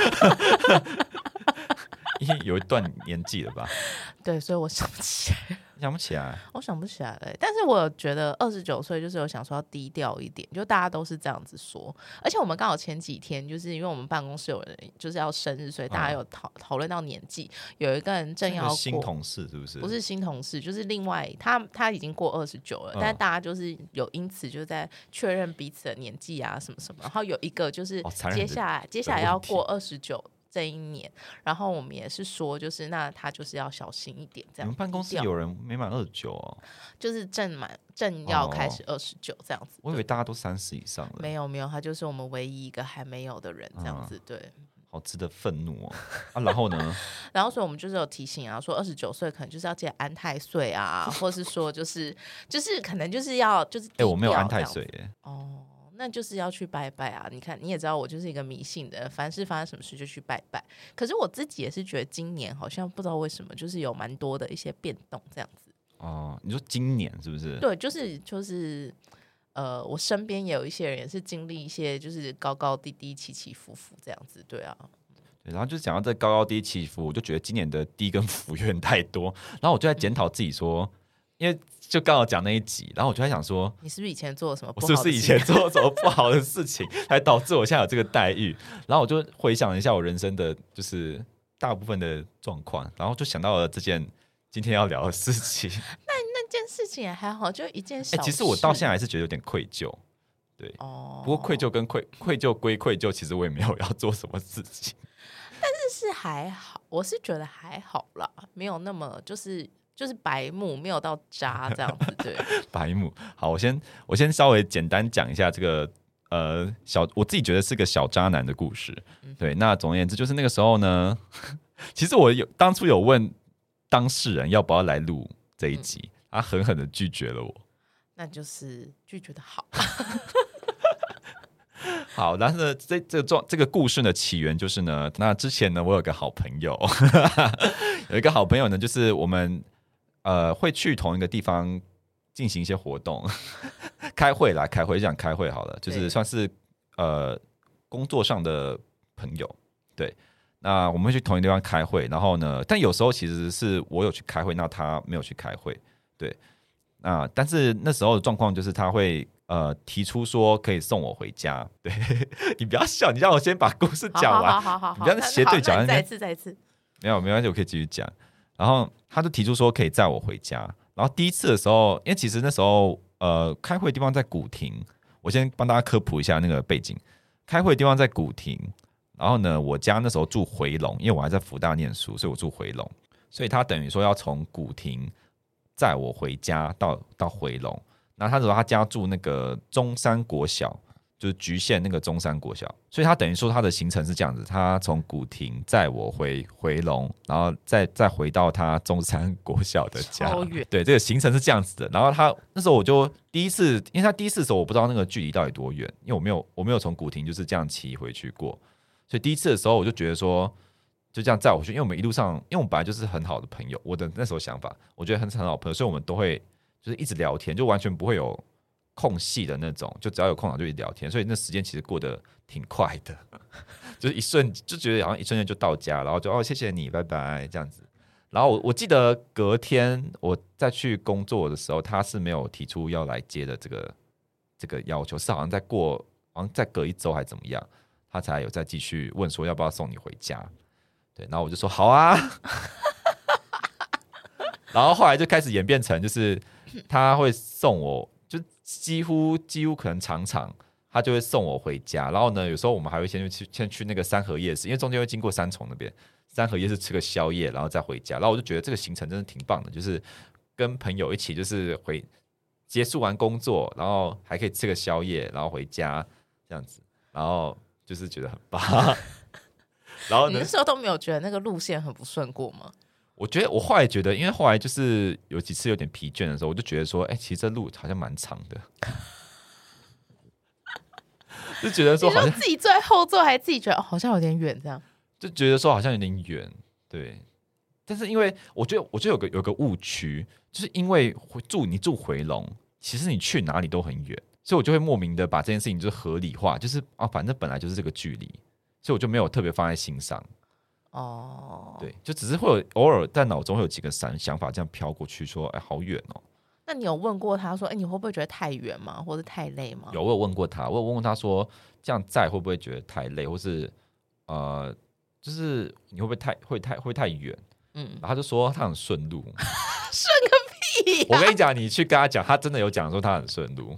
因为有一段年纪了吧？
对，所以我想不起来。
你想不起来？
我想不起来了。但是我觉得二十九岁就是有想说要低调一点，就大家都是这样子说。而且我们刚好前几天就是因为我们办公室有人就是要生日，所以大家有讨讨论到年纪，有一个人正要过。
新同事是不是？
不是新同事，就是另外他他已经过二十九了，嗯、但是大家就是有因此就在确认彼此的年纪啊什么什么。然后有一个就是接下来、哦、接下来要过二十九。这一年，然后我们也是说，就是那他就是要小心一点，这样。
你们办公室有人没满二十九哦？
就是正满正要开始二十九这样子。
我以为大家都三十以上了。
没有没有，他就是我们唯一一个还没有的人，这样子、嗯、对。
好值得愤怒哦！啊，然后呢？
然后所以我们就是有提醒啊，说二十九岁可能就是要记得安太岁啊，或是说就是就是可能就是要就是哎、
欸，我没有安太岁耶。
哦。那就是要去拜拜啊！你看，你也知道我就是一个迷信的人，凡是发生什么事就去拜拜。可是我自己也是觉得今年好像不知道为什么，就是有蛮多的一些变动这样子。
哦，你说今年是不是？
对，就是就是呃，我身边也有一些人也是经历一些就是高高低低、起起伏伏这样子。对啊，
对，然后就是讲到这高高低起伏，我就觉得今年的低跟伏有点太多，然后我就在检讨自己说。嗯因为就刚好讲那一集，然后我就在想说，
你是不是以前做了什么不好的事情？
我是不是以前做了什么不好的事情，才导致我现在有这个待遇？然后我就回想一下我人生的，就是大部分的状况，然后就想到了这件今天要聊的事情。
那那件事情也还好，就一件小事。
欸、其实我到现在还是觉得有点愧疚，对，哦。不过愧疚跟愧愧疚归愧疚，其实我也没有要做什么事情。
但是是还好，我是觉得还好啦，没有那么就是。就是白目，没有到渣这样子，对。
白目，好，我先我先稍微简单讲一下这个呃小，我自己觉得是个小渣男的故事。嗯、对，那总而言之，就是那个时候呢，其实我有当初有问当事人要不要来录这一集，嗯、他狠狠的拒绝了我。
那就是拒绝的好。
好，但是这这个这个故事的起源就是呢，那之前呢，我有个好朋友，有一个好朋友呢，就是我们。呃，会去同一个地方进行一些活动，开会啦，开会讲开会好了，就是算是呃工作上的朋友，对。那我们会去同一个地方开会，然后呢，但有时候其实是我有去开会，那他没有去开会，对。那但是那时候的状况就是他会呃提出说可以送我回家，对。你不要笑，你让我先把故事讲完，
好好好好好，
你不要斜对角，
再一次再一次，
没有没关系，我可以继续讲。然后他就提出说可以载我回家，然后第一次的时候，因为其实那时候呃开会的地方在古亭，我先帮大家科普一下那个背景。开会的地方在古亭，然后呢，我家那时候住回龙，因为我还在福大念书，所以我住回龙，所以他等于说要从古亭载我回家到到回龙。那他说他家住那个中山国小。就是局限那个中山国小，所以他等于说他的行程是这样子，他从古亭载我回回龙，然后再再回到他中山国小的家，
超远。
对，这个行程是这样子的。然后他那时候我就第一次，因为他第一次的时候我不知道那个距离到底多远，因为我没有我没有从古亭就是这样骑回去过，所以第一次的时候我就觉得说就这样载我去，因为我们一路上，因为我们本来就是很好的朋友，我的那时候想法，我觉得很很好的朋友，所以我们都会就是一直聊天，就完全不会有空隙的那种，就只要有空档就一直聊天，所以那时间其实过得挺快的，就是一瞬就觉得好像一瞬间就到家，然后就哦谢谢你，拜拜这样子。然后 我, 我记得隔天我再去工作的时候，他是没有提出要来接的这个这个要求，是好像再过好像再隔一周还怎么样，他才有再继续问说要不要送你回家。对，然后我就说好啊，然后后来就开始演变成就是他会送我。就几乎几乎可能常常他就会送我回家，然后呢，有时候我们还会先去先去那个三和夜市，因为中间会经过三重那边，三和夜市吃个宵夜，然后再回家。然后我就觉得这个行程真的挺棒的，就是跟朋友一起，就是回结束完工作，然后还可以吃个宵夜，然后回家这样子，然后就是觉得很棒。 然后呢，
你那时候都没有觉得那个路线很不顺过吗？
我觉得我后来觉得，因为后来就是有几次有点疲倦的时候，我就觉得说，哎、欸，其实这路好像蛮长的，就觉得说好像
自己坐在后座，还自己觉得、哦、好像有点远，这样
就觉得说好像有点远，对。但是因为我觉得，我觉得有个有个误区，就是因为住你住回龙，其实你去哪里都很远，所以我就会莫名的把这件事情就是合理化，就是啊，反正本来就是这个距离，所以我就没有特别放在心上。哦，对，就只是会有偶尔在脑中会有几个想想法这样飘过去，说，哎，好远哦。
那你有问过他说，哎，你会不会觉得太远吗？或者太累吗？
有，我有问过他，我有问过他说，这样载会不会觉得太累，或是呃，就是你会不会太会太会太远？嗯，然后他就说他很顺路，
顺个屁、啊！
我跟你讲，你去跟他讲，他真的有讲说他很顺路。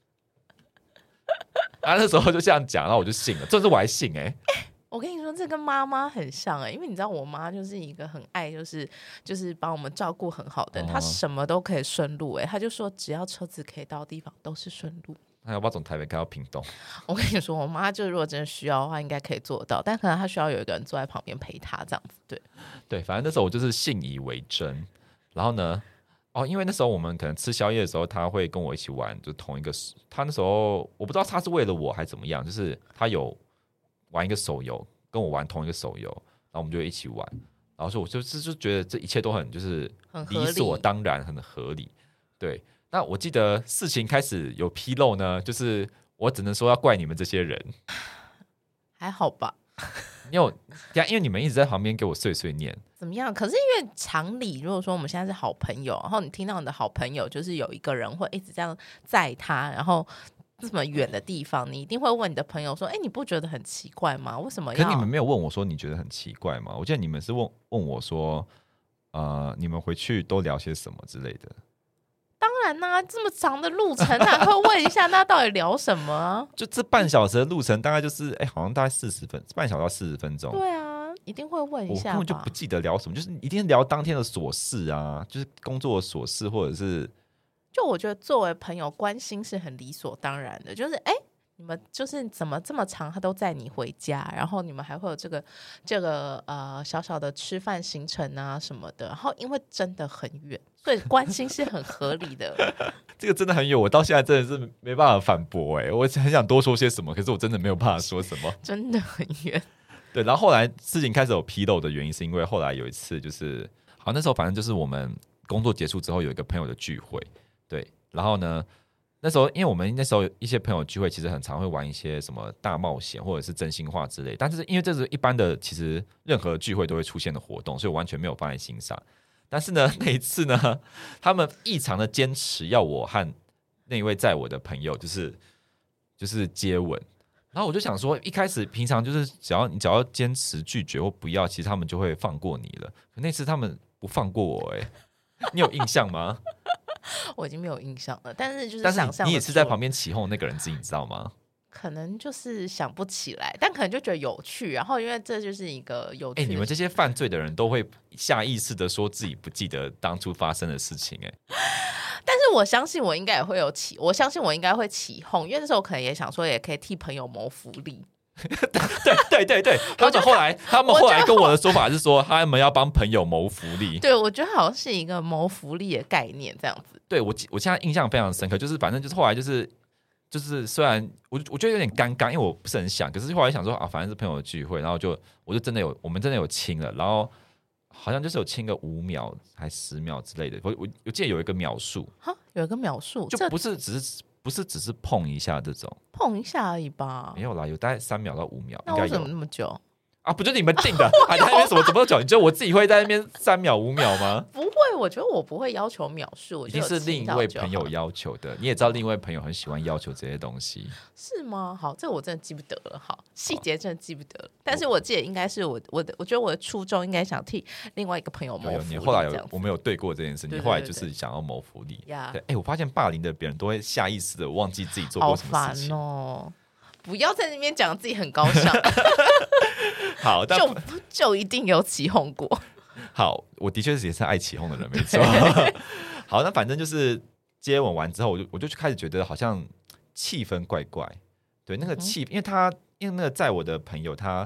他那时候就这样讲，然后我就信了，这次我还信哎、欸。
我跟你说，这跟妈妈很像哎、欸，因为你知道我妈就是一个很爱，就是就是把我们照顾很好的人，她、哦、什么都可以顺路哎、欸，她就说只要车子可以到的地方都是顺路。
那要不要从台北开到屏东？
我跟你说，我妈就如果真的需要的话，应该可以做到，但可能她需要有一个人坐在旁边陪她这样子。对
对，反正那时候我就是信以为真。然后呢，哦，因为那时候我们可能吃宵夜的时候，他会跟我一起玩，就同一个。他那时候我不知道他是为了我还怎么样，就是他有玩一个手游，跟我玩同一个手游，然后我们就一起玩。然后说我就是就觉得这一切都很就是理所当然，很合理。对。那我记得事情开始有纰漏呢，就是我只能说要怪你们这些人，
还好吧？
因为因为你们一直在旁边给我碎碎念，
怎么样？可是因为常理，如果说我们现在是好朋友，然后你听到你的好朋友就是有一个人会一直这样载他，然后这么远的地方，你一定会问你的朋友说：“哎、欸，你不觉得很奇怪吗？为什么要？”
可你们没有问我说你觉得很奇怪吗？我记得你们是问问我说，呃，你们回去都聊些什么之类的。
当然啦、啊，这么长的路程，他会问一下，那到底聊什么、啊？
就这半小时的路程，大概就是，哎、欸，好像大概四十分，半小时到四十分钟。
对啊，一定会问一下吧。
我根本就不记得聊什么，就是一定聊当天的琐事啊，就是工作的琐事，或者是……
就我觉得作为朋友，关心是很理所当然的。就是哎、欸，你们就是怎么这么长，他都载你回家，然后你们还会有这个这个呃小小的吃饭行程啊什么的。然后因为真的很远。所以关心是很合理的。
这个真的很远，我到现在真的是没办法反驳哎、欸，我很想多说些什么，可是我真的没有办法说什么。
真的很远。
对，然后后来事情开始有纰漏的原因，是因为后来有一次就是，好那时候反正就是我们工作结束之后有一个朋友的聚会，对，然后呢那时候因为我们那时候一些朋友聚会其实很常会玩一些什么大冒险或者是真心话之类，但是因为这是一般的，其实任何聚会都会出现的活动，所以我完全没有放在心上。但是呢，那一次呢，他们异常的坚持要我和那一位载我的朋友，就是就是接吻。然后我就想说，一开始平常就是只要你只要坚持拒绝或不要，其实他们就会放过你了。可那次他们不放过我、欸，哎，你有印象吗？
我已经没有印象了，但是就是
但
想象，
是你也是在旁边起哄那个人，自己知道吗？
可能就是想不起来，但可能就觉得有趣，然后因为这就是一个有趣的。哎、欸，
你们这些犯罪的人都会下意识的说自己不记得当初发生的事情、欸，哎。
但是我相信我应该也会有起，我相信我应该会起哄，因为那时候可能也想说，也可以替朋友谋福利。
对对对对，他们后来他们后来跟我的说法是说，他们要帮朋友谋福利。
对，我觉得好像是一个谋福利的概念这样子。
对，我我现在印象非常深刻，就是反正就是后来就是。就是虽然我我觉得有点尴尬，因为我不是很想，可是后来想说啊，反正是朋友的聚会，然后就我就真的有我们真的有亲了，然后好像就是有亲个五秒还十秒之类的，我我我记得有一个秒数，
哈，有一个秒数，
就不是只是不是只是碰一下这种，
碰一下而已吧，
没有啦，有大概三秒到五秒，
那为什么那么久？啊，
不就你们定的，还在那边什么怎么久？你觉得我自己会在那边三秒五秒吗？
不会，我觉得我不会要求秒数，
一定是另一位朋友要求的。你也知道，另一位朋友很喜欢要求这些东西，
是吗？好，这我真的记不得了，好，细节真的记不得了。但是我记得应该是我我的，我觉得我的初衷应该想替另外一个朋友谋福利。
你后来有我们有对过这件事，你后来就是想要谋福利。对，哎、欸，我发现霸凌的别人都会下意识的忘记自己做过什么事情。
好烦哦！不要在那边讲自己很高尚。
好，但
就就一定有起哄过。
好，我的确是也是爱起哄的人，没错。好，那反正就是接吻完之后，我就我就开始觉得好像气氛怪怪。对，那个气，嗯、因为他因为那个在我的朋友他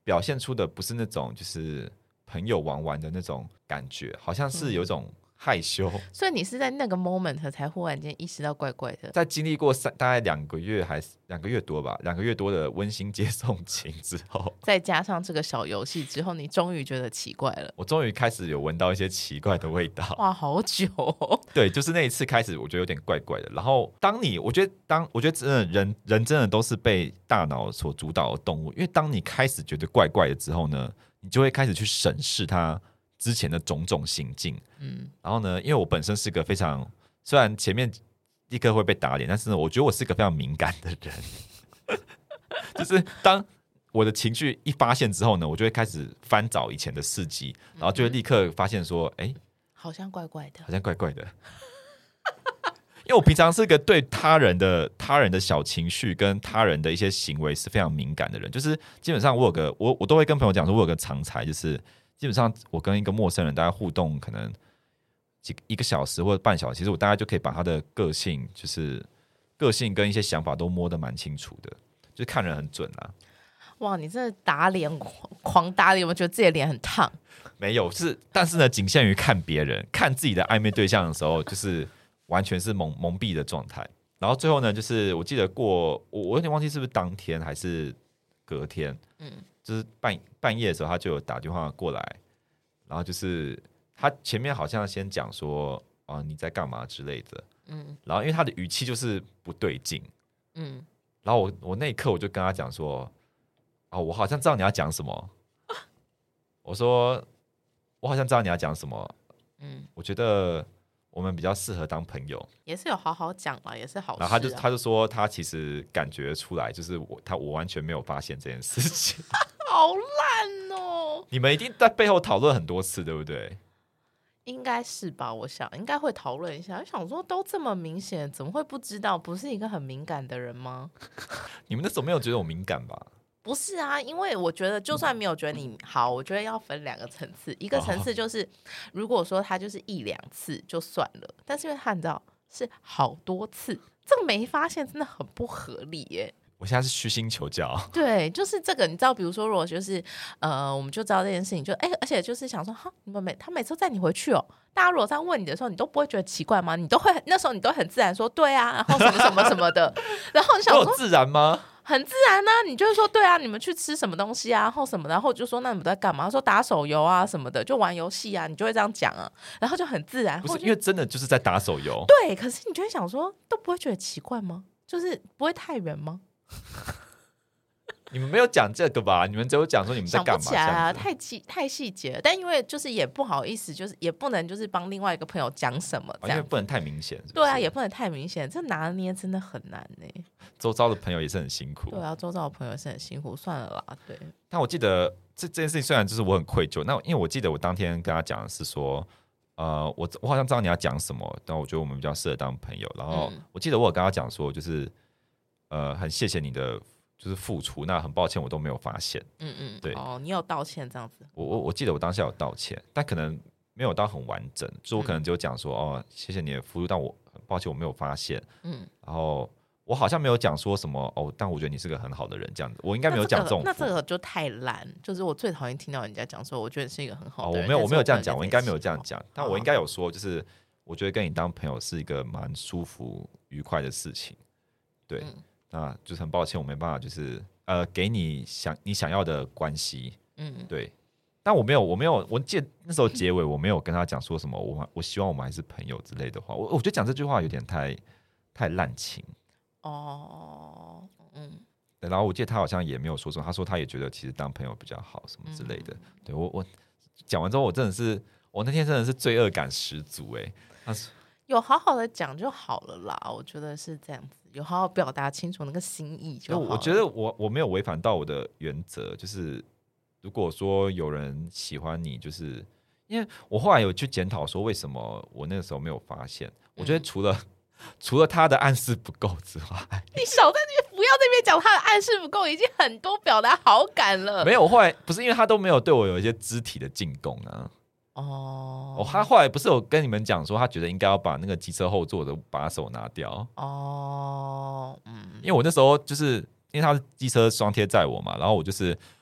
表现出的不是那种就是朋友玩玩的那种感觉，好像是有一种害羞、嗯、
所以你是在那个 moment 才忽然间意识到怪怪的。
在经历过三大概两个月还是两个月多吧，两个月多的温馨接送情之后，
再加上这个小游戏之后，你终于觉得奇怪了。
我终于开始有闻到一些奇怪的味道。
哇，好久、哦、
对，就是那一次开始我觉得有点怪怪的。然后当你我觉得当我觉得真的人人真的都是被大脑所主导的动物，因为当你开始觉得怪怪的之后呢，你就会开始去审视它之前的种种行径，嗯，然后呢，因为我本身是个非常，虽然前面立刻会被打脸，但是呢，我觉得我是个非常敏感的人，就是当我的情绪一发现之后呢，我就会开始翻找以前的事迹，然后就会立刻发现说，哎、嗯，
好像怪怪的，
好像怪怪的，因为我平常是个对他人的他人的小情绪跟他人的一些行为是非常敏感的人，就是基本上我有个我我都会跟朋友讲说，我有个常才就是。基本上我跟一个陌生人大概互动可能几一个小时或者半小时，其实我大概就可以把他的个性就是个性跟一些想法都摸得蛮清楚的，就是看人很准啦。
哇，你真的打脸狂打脸，有没有觉得自己的脸很烫？
没有，是但是呢，仅限于看别人，看自己的暧昧对象的时候，就是完全是蒙蒙蔽的状态。然后最后呢，就是我记得过我我有点忘记是不是当天还是隔天，嗯。就是 半, 半夜的时候，他就有打电话过来，然后就是他前面好像先讲说、啊、你在干嘛之类的，嗯，然后因为他的语气就是不对劲，嗯，然后我我那一刻我就跟他讲说，哦，我好像知道你要讲什么，我说我好像知道你要讲什么，嗯，我觉得我们比较适合当朋友，
也是有好好讲了，也是好事、啊。
然后他就他就说他其实感觉出来，就是我他我完全没有发现这件事情。
好烂哦！
你们一定在背后讨论很多次，对不对？
应该是吧，我想应该会讨论一下。想说都这么明显，怎么会不知道？不是一个很敏感的人吗？
你们那时候没有觉得我敏感吧？
不是啊，因为我觉得就算没有觉得你好，我觉得要分两个层次。一个层次就是，如果说他就是一两次就算了，但是因为他你知道是好多次，这个没发现真的很不合理耶。
我现在是虚心求教，
对，就是这个，你知道，比如说，如果就是呃，我们就知道这件事情，就哎，而且就是想说，哈，你们每他每次载你回去哦，大家如果这样问你的时候，你都不会觉得奇怪吗？你都会那时候你都很自然说对啊，然后什么什么什么的，然后你想说
有自然吗？
很自然啊，你就会说对啊，你们去吃什么东西啊，然后什么的，然后就说那你们在干嘛？说打手游啊什么的，就玩游戏啊，你就会这样讲啊，然后就很自然。
不是因为真的就是在打手游，
对，可是你就会想说，都不会觉得奇怪吗？就是不会太远吗？
你们没有讲这个吧？你们只有讲说你们在干嘛？
想不起来啊，太细太细节了。但因为就是也不好意思，就是也不能就是帮另外一个朋友讲什么这样、
啊，因为不能太明显。
对啊，也不能太明显，这拿捏真的很难呢、欸。
周遭的朋友也是很辛苦。
对啊，周遭的朋友也是很辛苦，算了啦。对。
但我记得这这件事情虽然就是我很愧疚，那因为我记得我当天跟他讲的是说，呃，我我好像知道你要讲什么，但我觉得我们比较适合当朋友。然后我记得我有跟他讲说，就是呃，很谢谢你的。就是付出，那很抱歉我都没有发现。嗯嗯，对
哦，你有道歉这样子。
我我我记得我当下有道歉，但可能没有到很完整，就我可能只有讲说、嗯、哦，谢谢你的付出，但我很抱歉我没有发现。嗯，然后我好像没有讲说什么哦，但我觉得你是个很好的人这样子，我应该没有讲这种、
那這個。那这个就太烂，就是我最讨厌听到人家讲说，我觉得你是一个很好的人。
哦，我没有我没有这样讲，我应该没有这样讲，但我应该有说，就是我觉得跟你当朋友是一个蛮舒服愉快的事情。对，嗯、那就是很抱歉我没办法就是。呃，给你想你想要的关系，嗯，对，但我没有，我没有，我记得那时候结尾我没有跟他讲说什么，我我希望我们还是朋友之类的话，我我觉得讲这句话有点太太滥情哦，嗯，对，然后我记得他好像也没有说什么，他说他也觉得其实当朋友比较好什么之类的，嗯、对我我讲完之后，我真的是我那天真的是罪恶感十足哎、欸，他是。
有好好的讲就好了啦，我觉得是这样子，有好好表达清楚那个心意就好了。
我觉得我我没有违反到我的原则，就是如果说有人喜欢你，就是因为我后来有去检讨说为什么我那个时候没有发现。我觉得除了、嗯、除了他的暗示不够之外，
你少在那边不要在那边讲他的暗示不够，已经很多表达好感了。
没有，我后来不是因为他都没有对我有一些肢体的进攻啊。哦, 哦，他后来不是有跟你们讲说，他觉得应该要把那个机车后座的把手拿掉哦，嗯，因为我那时候就是因为他是机车双贴载我嘛，然后我就是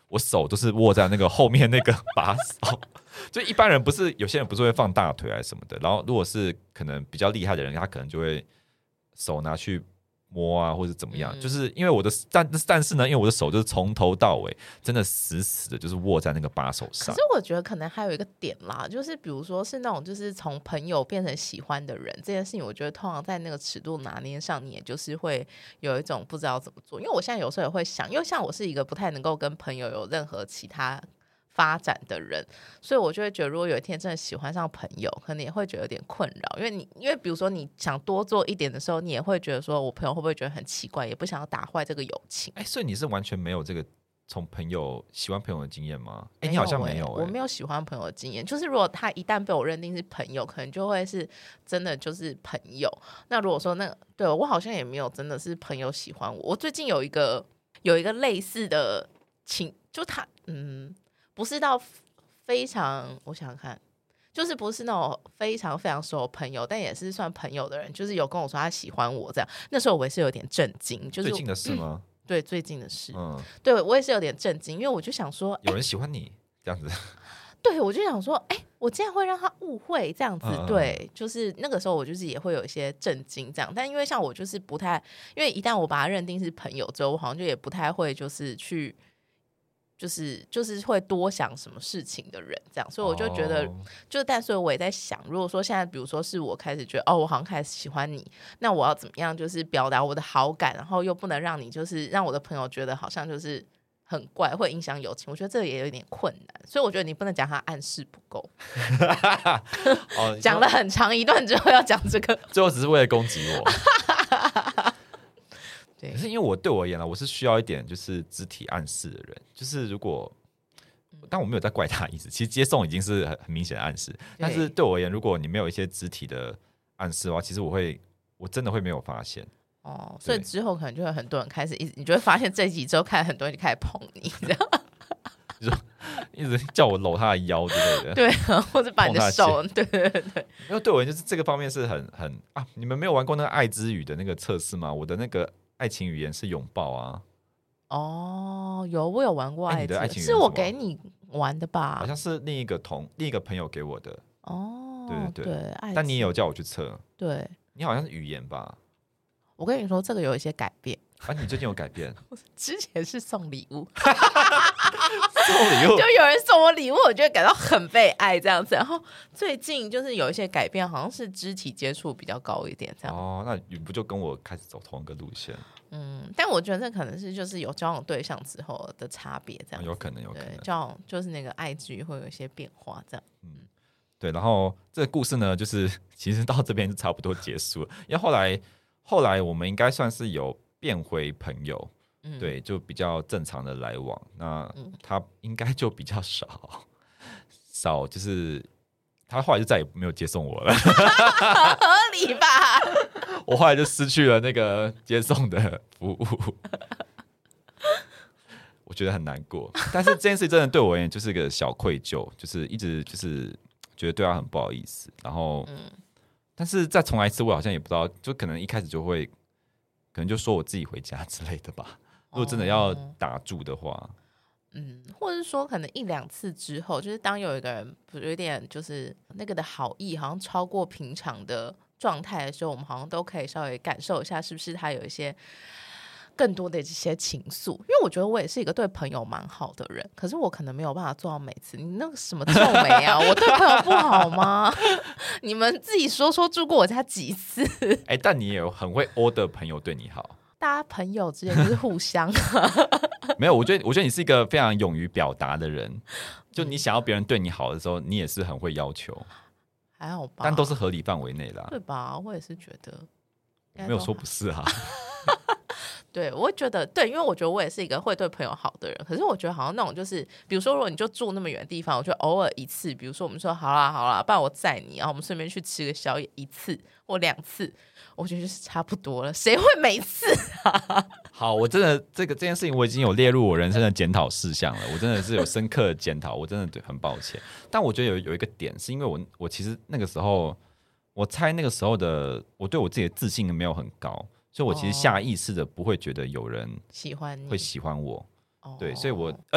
我手都是握在那个后面那个把手。就一般人不是，有些人不是会放大腿还是什么的，然后如果是可能比较厉害的人，他可能就会手拿去摸啊，或者怎么样、嗯、就是因为我的 但, 但是呢因为我的手就是从头到尾真的死死的就是握在那个把手上。
可是我觉得可能还有一个点啦，就是比如说是那种就是从朋友变成喜欢的人这件事情，我觉得通常在那个尺度拿捏上你也就是会有一种不知道怎么做。因为我现在有时候也会想，因为像我是一个不太能够跟朋友有任何其他发展的人，所以我就会觉得如果有一天真的喜欢上朋友可能也会觉得有点困扰。因为你因为比如说你想多做一点的时候，你也会觉得说我朋友会不会觉得很奇怪，也不想要打坏这个友情。
哎，所以你是完全没有这个从朋友喜欢朋友的经验吗？哎，你好像没有、欸、
我没有喜欢朋友的经验。就是如果他一旦被我认定是朋友，可能就会是真的就是朋友。那如果说那对我好像也没有真的是朋友喜欢我。我最近有一个有一个类似的情，就他嗯不是到非常，我想想看，就是不是那种非常非常熟的朋友，但也是算朋友的人，就是有跟我说他喜欢我这样。那时候我也是有点震惊，就是
最近的事吗？
嗯、对，最近的事。
嗯，
对我也是有点震惊，因为我就想说，
有人喜欢你这样子。
对，我就想说，哎、欸，我竟然会让他误会这样子。嗯、对，就是那个时候我就是也会有一些震惊这样。但因为像我就是不太，因为一旦我把他认定是朋友之后，我好像就也不太会就是去。就是就是会多想什么事情的人这样，所以我就觉得、oh. 就但所以我也在想，如果说现在比如说是我开始觉得哦我好像开始喜欢你，那我要怎么样就是表达我的好感，然后又不能让你就是让我的朋友觉得好像就是很怪，会影响友情。我觉得这个也有点困难，所以我觉得你不能讲他暗示不够。讲了很长一段之后要讲这个，
最后只是为了攻击我。可是因为我对我而言啦，我是需要一点就是肢体暗示的人。就是如果，但我没有在怪他的意思，其实接送已经是很明显的暗示。但是对我而言，如果你没有一些肢体的暗示的话，其实我会我真的会没有发现。
哦，所以之后可能就会很多人开始一直，你就会发现这一集之后看很多人就开始捧你，这样。
你说一直叫我搂他的腰之类的，
对，或者把你的手，对对对。
因为对我而言，就是这个方面是很很啊，你们没有玩过那个爱之语的那个测试吗？我的那个。爱情语言是拥抱啊！
哦，有我有玩过爱情，
欸、你的爱情语言
是, 是我给你玩的吧？
好像是另一个同另一个朋友给我的。
哦，
对对 对,
对，
但你也有叫我去测。
对，
你好像是语言吧？
我跟你说，这个有一些改变。
啊，你最近有改变？
之前是送礼物，
送礼物
就有人送我礼物，我就会感到很被爱这样子。然后最近就是有一些改变，好像是肢体接触比较高一点这样。
哦，那你不就跟我开始走同一个路线？
嗯，但我觉得这可能是就是有交往对象之后的差别这样、
哦。有可能，有可能
交往就是那个爱之语会有一些变化这样。
嗯，对。然后这个故事呢，就是其实到这边就差不多结束了，因为后来后来我们应该算是有变回朋友。嗯、对，就比较正常的来往。那他应该就比较少少，就是他后来就再也没有接送我了。
合理吧？
我后来就失去了那个接送的服务，我觉得很难过。但是这件事真的对我而言就是个小愧疚，就是一直就是觉得对他很不好意思。然后，嗯、但是再重来一次，我好像也不知道，就可能一开始就会，可能就说我自己回家之类的吧。如果真的要打住的话，
嗯，或者是说可能一两次之后，就是当有一个人有点就是那个的好意好像超过平常的状态的时候，我们好像都可以稍微感受一下是不是他有一些更多的这些情愫。因为我觉得我也是一个对朋友蛮好的人，可是我可能没有办法做到每次。你那个什么皱眉啊，我对朋友不好吗？你们自己说说住过我家几次。
哎、欸，但你也有很会欧的朋友对你好。
大家朋友之间就是互相
没有，我觉得我觉得你是一个非常勇于表达的人，就你想要别人对你好的时候，你也是很会要求，
还好吧，
但都是合理范围内啦，
对吧？我也是觉得
没有说不是啊。
对，我会觉得对，因为我觉得我也是一个会对朋友好的人。可是我觉得好像那种就是，比如说如果你就住那么远的地方，我觉得偶尔一次，比如说我们说好啦好啦，不然我载你，然后我们顺便去吃个宵夜一次或两次，我觉得就是差不多了。谁会每次啊？
好，我真的这个这件事情我已经有列入我人生的检讨事项了，我真的是有深刻的检讨，我真的对很抱歉。但我觉得有有一个点是因为我我其实那个时候，我猜那个时候的我对我自己的自信没有很高。所以我其实下意识的不会觉得有人
喜欢你，
会喜欢我，
哦、
对，所以我而且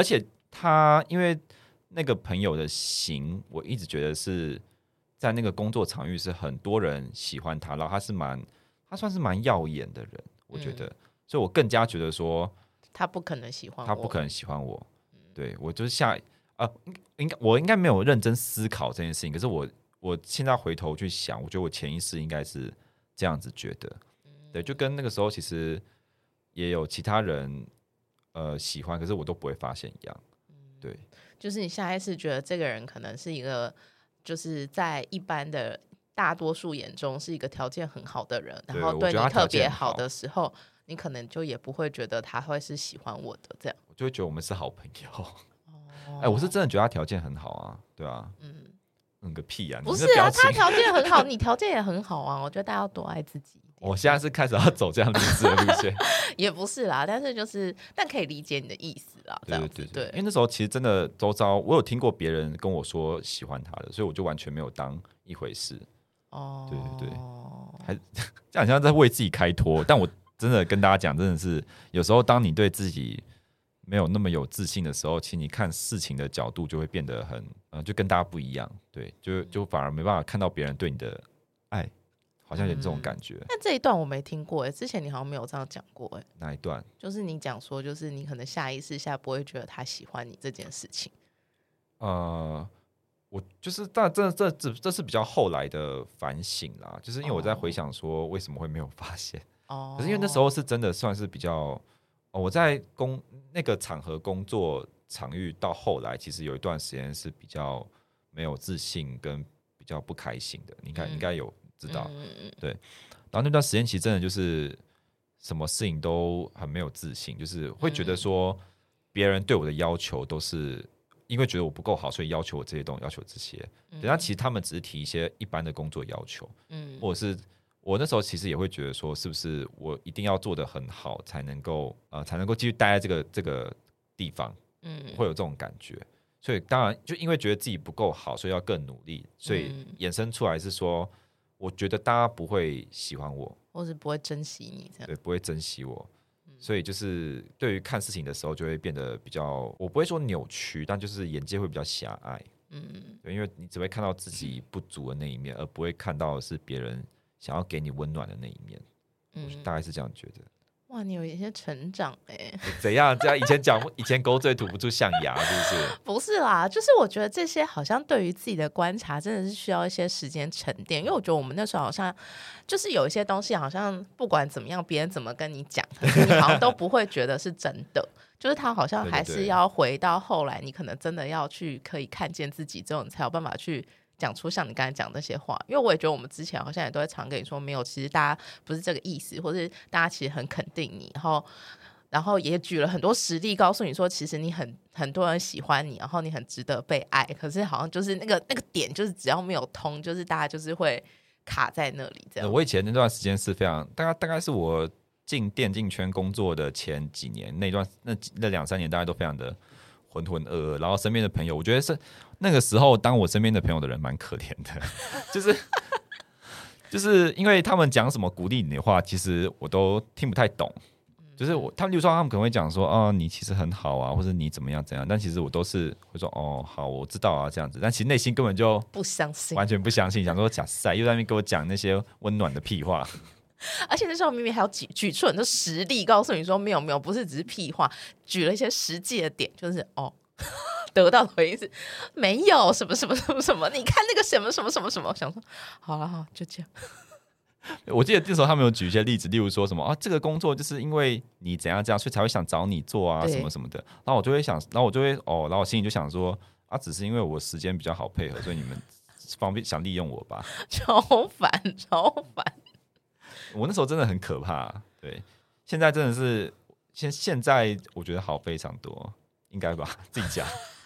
他因为那个朋友的型，我一直觉得是在那个工作场域是很多人喜欢他，然后他是蛮他算是蛮耀眼的人，我觉得，嗯、所以我更加觉得说
他不可能喜欢我，
他不可能喜欢我。嗯、对我就是下啊，应该我应该没有认真思考这件事情，可是我我现在回头去想，我觉得我潜意识应该是这样子觉得。嗯、对，就跟那个时候其实也有其他人呃喜欢，可是我都不会发现一样。对，
就是你下意识觉得这个人可能是一个，就是在一般的大多数眼中是一个条件很好的人，然后对你特别好的时候，你可能就也不会觉得他会是喜欢我的这样，
我就会觉得我们是好朋友。哎、欸，我是真的觉得他条件很好啊，对啊，嗯，嗯个屁啊！
不是啊，他条件很好，你条件也很好啊，我觉得大家要多爱自己。
我现在是开始要走这样励志的路线，
也不是啦，但是就是，但可以理解你的意思啦。
对对 对, 对，因为那时候其实真的周遭，我有听过别人跟我说喜欢他的，所以我就完全没有当一回事。哦，对对对，还这样好像在为自己开脱，但我真的跟大家讲，真的是有时候当你对自己没有那么有自信的时候，其实你看事情的角度就会变得很，呃，就跟大家不一样，对，就就反而没办法看到别人对你的爱。好像有这种感觉，
嗯、但这一段我没听过哎，之前你好像没有这样讲过哎。
哪一段？
就是你讲说，就是你可能下意识下不会觉得他喜欢你这件事情。
呃，我就是，但这这这这是比较后来的反省啦，就是因为我在回想说为什么会没有发现。哦。可是因为那时候是真的算是比较，哦、我在工那个场合工作场域到后来，其实有一段时间是比较没有自信跟比较不开心的，你看、嗯、应该有。知道，对，然后那段时间其实真的就是什么事情都很没有自信，就是会觉得说别人对我的要求都是因为觉得我不够好，所以要求我这些东西，要求这些。但其实他们只是提一些一般的工作要求，嗯，或者是我那时候其实也会觉得说，是不是我一定要做得很好才能够呃才能够继续待在这个这个地方，嗯，会有这种感觉。所以当然就因为觉得自己不够好，所以要更努力，所以衍生出来是说。我觉得大家不会喜欢我，
或是不会珍惜你这样，
对，不会珍惜我，嗯、所以就是对于看事情的时候，就会变得比较，我不会说扭曲，但就是眼界会比较狭隘，嗯，对，因为你只会看到自己不足的那一面，而不会看到的是别人想要给你温暖的那一面，嗯，我大概是这样觉得。
哇，你有一些成长哎、欸，
怎样？这样以前讲以前狗嘴吐不出象牙，是不是？
不是啦，就是我觉得这些好像对于自己的观察，真的是需要一些时间沉淀。因为我觉得我们那时候好像就是有一些东西，好像不管怎么样，别人怎么跟你讲，可是你好像都不会觉得是真的。就是他好像还是要回到后来，你可能真的要去可以看见自己，这种才有办法去。讲出像你刚才讲那些话，因为我也觉得我们之前好像也都会常跟你说，没有，其实大家不是这个意思，或是大家其实很肯定你，然后，然后也举了很多实例，告诉你说，其实你很很多人喜欢你，然后你很值得被爱，可是好像就是那个那个点，就是只要没有通，就是大家就是会卡在那里这样。
我以前那段时间是非常，大概大概是我进电竞圈工作的前几年，那段那那两三年，大家都非常的。浑浑噩噩，然后身边的朋友，我觉得是那个时候，当我身边的朋友的人蛮可怜的，就是就是因为他们讲什么鼓励你的话，其实我都听不太懂。就是我，他们例如说，他们可能会讲说，哦，你其实很好啊，或者你怎么样怎样，但其实我都是会说，哦，好，我知道啊，这样子。但其实内心根本就
不相信，
完全不相信，想说假赛，又在那边给我讲那些温暖的屁话。
而且那时候明明还有举举出很多实例，告诉你说没有没有，不是只是屁话，举了一些实际的点，就是哦，得到的回应是没有什么什么什么什么，你看那个什么什么什么什么，想说好了好，就这样。
我记得那时候他们有举一些例子，例如说什么啊，这个工作就是因为你怎样这样，所以才会想找你做啊，什么什么的。然后我就会想，然后我就会哦，然后我心里就想说啊，只是因为我时间比较好配合，所以你们方便想利用我吧。
超烦，超烦。
我那时候真的很可怕，对，现在真的是现现在我觉得好非常多，应该吧，自己讲。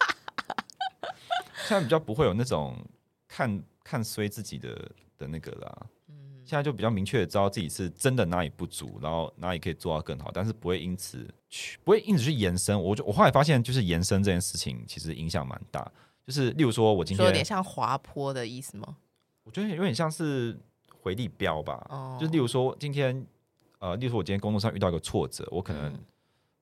现在比较不会有那种看看衰自己的的那个啦，嗯，现在就比较明确的知道自己是真的哪里不足，然后哪里可以做到更好，但是不会因此去不会因此去延伸。我就我后来发现，就是延伸这件事情其实影响蛮大，就是例如说我今天
说有点像滑坡的意思吗？
我觉得有点像是。回力标吧， oh. 就例如说今天，呃，例如说我今天工作上遇到一个挫折，我可能、嗯、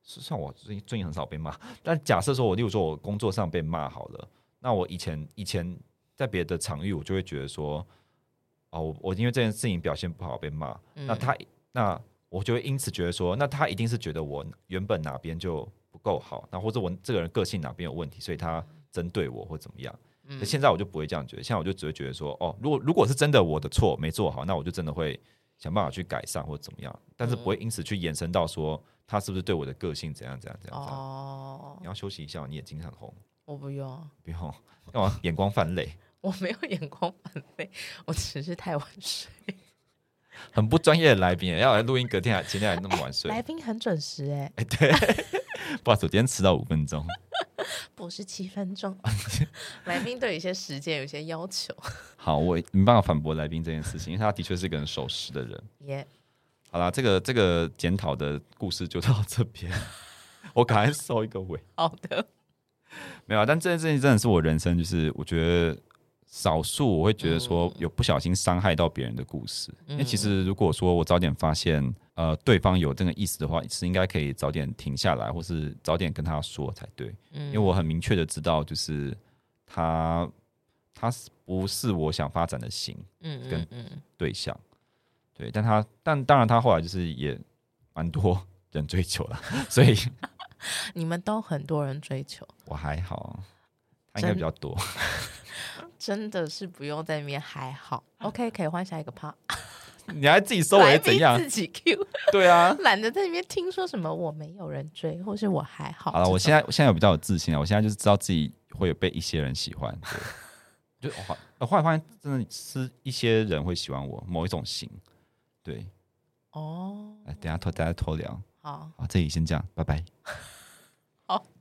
算我最近最近很少被骂，但假设说我，例如说我工作上被骂好了，那我以前以前在别的场域，我就会觉得说，哦，我我因为这件事情表现不好被骂，嗯、那他那我就会因此觉得说，那他一定是觉得我原本哪边就不够好，那或者我这个人个性哪边有问题，所以他针对我或怎么样。嗯、现在我就不会这样觉得，现在我就只会觉得说，哦，如果如果是真的我的错没做好，那我就真的会想办法去改善或怎么样，但是不会因此去延伸到说。他是不是对我的个性怎样怎样怎样？哦，你要休息一下，你眼睛很红。
我不用，
不用，干嘛眼光泛泪？
我没有眼光泛泪，我只是太晚睡。
很不专业的来宾，要来录音，隔天还今天还那么晚睡。
来宾很准时哎、
欸，哎、欸、对，不好意思，我今天迟到五分钟，
不是七分钟。来宾对一些时间有一些要求。
好，我没办法反驳来宾这件事情，因为他的确是个很守时的人。
耶、yeah.
好啦，这个这个检讨的故事就到这边，我赶快收一个尾。
好的，
没有，但这件事情真的是我人生，就是我觉得少数我会觉得说有不小心伤害到别人的故事。嗯、因为其实如果说我早点发现，呃，对方有这个意思的话，是应该可以早点停下来，或是早点跟他说才对。嗯、因为我很明确的知道，就是他他不是我想发展的型跟对象。嗯嗯嗯对，但他但当然，他后来就是也蛮多人追求了，所以
你们都很多人追求，
我还好，他应该比较多。
真的是不用在那边还好 ，OK， 可以换下一个 part。
你还自己收尾怎样？
自己 Q。
对啊，
懒得在那边听说什么我没有人追，或是我还好。
好了，我现在我现在有比较有自信了，我现在就是知道自己会有被一些人喜欢。对就我后来发现，真的是一些人会喜欢我某一种型。对，哦，等一下偷大家偷聊，
好，
好，这里先这样，拜拜。
好。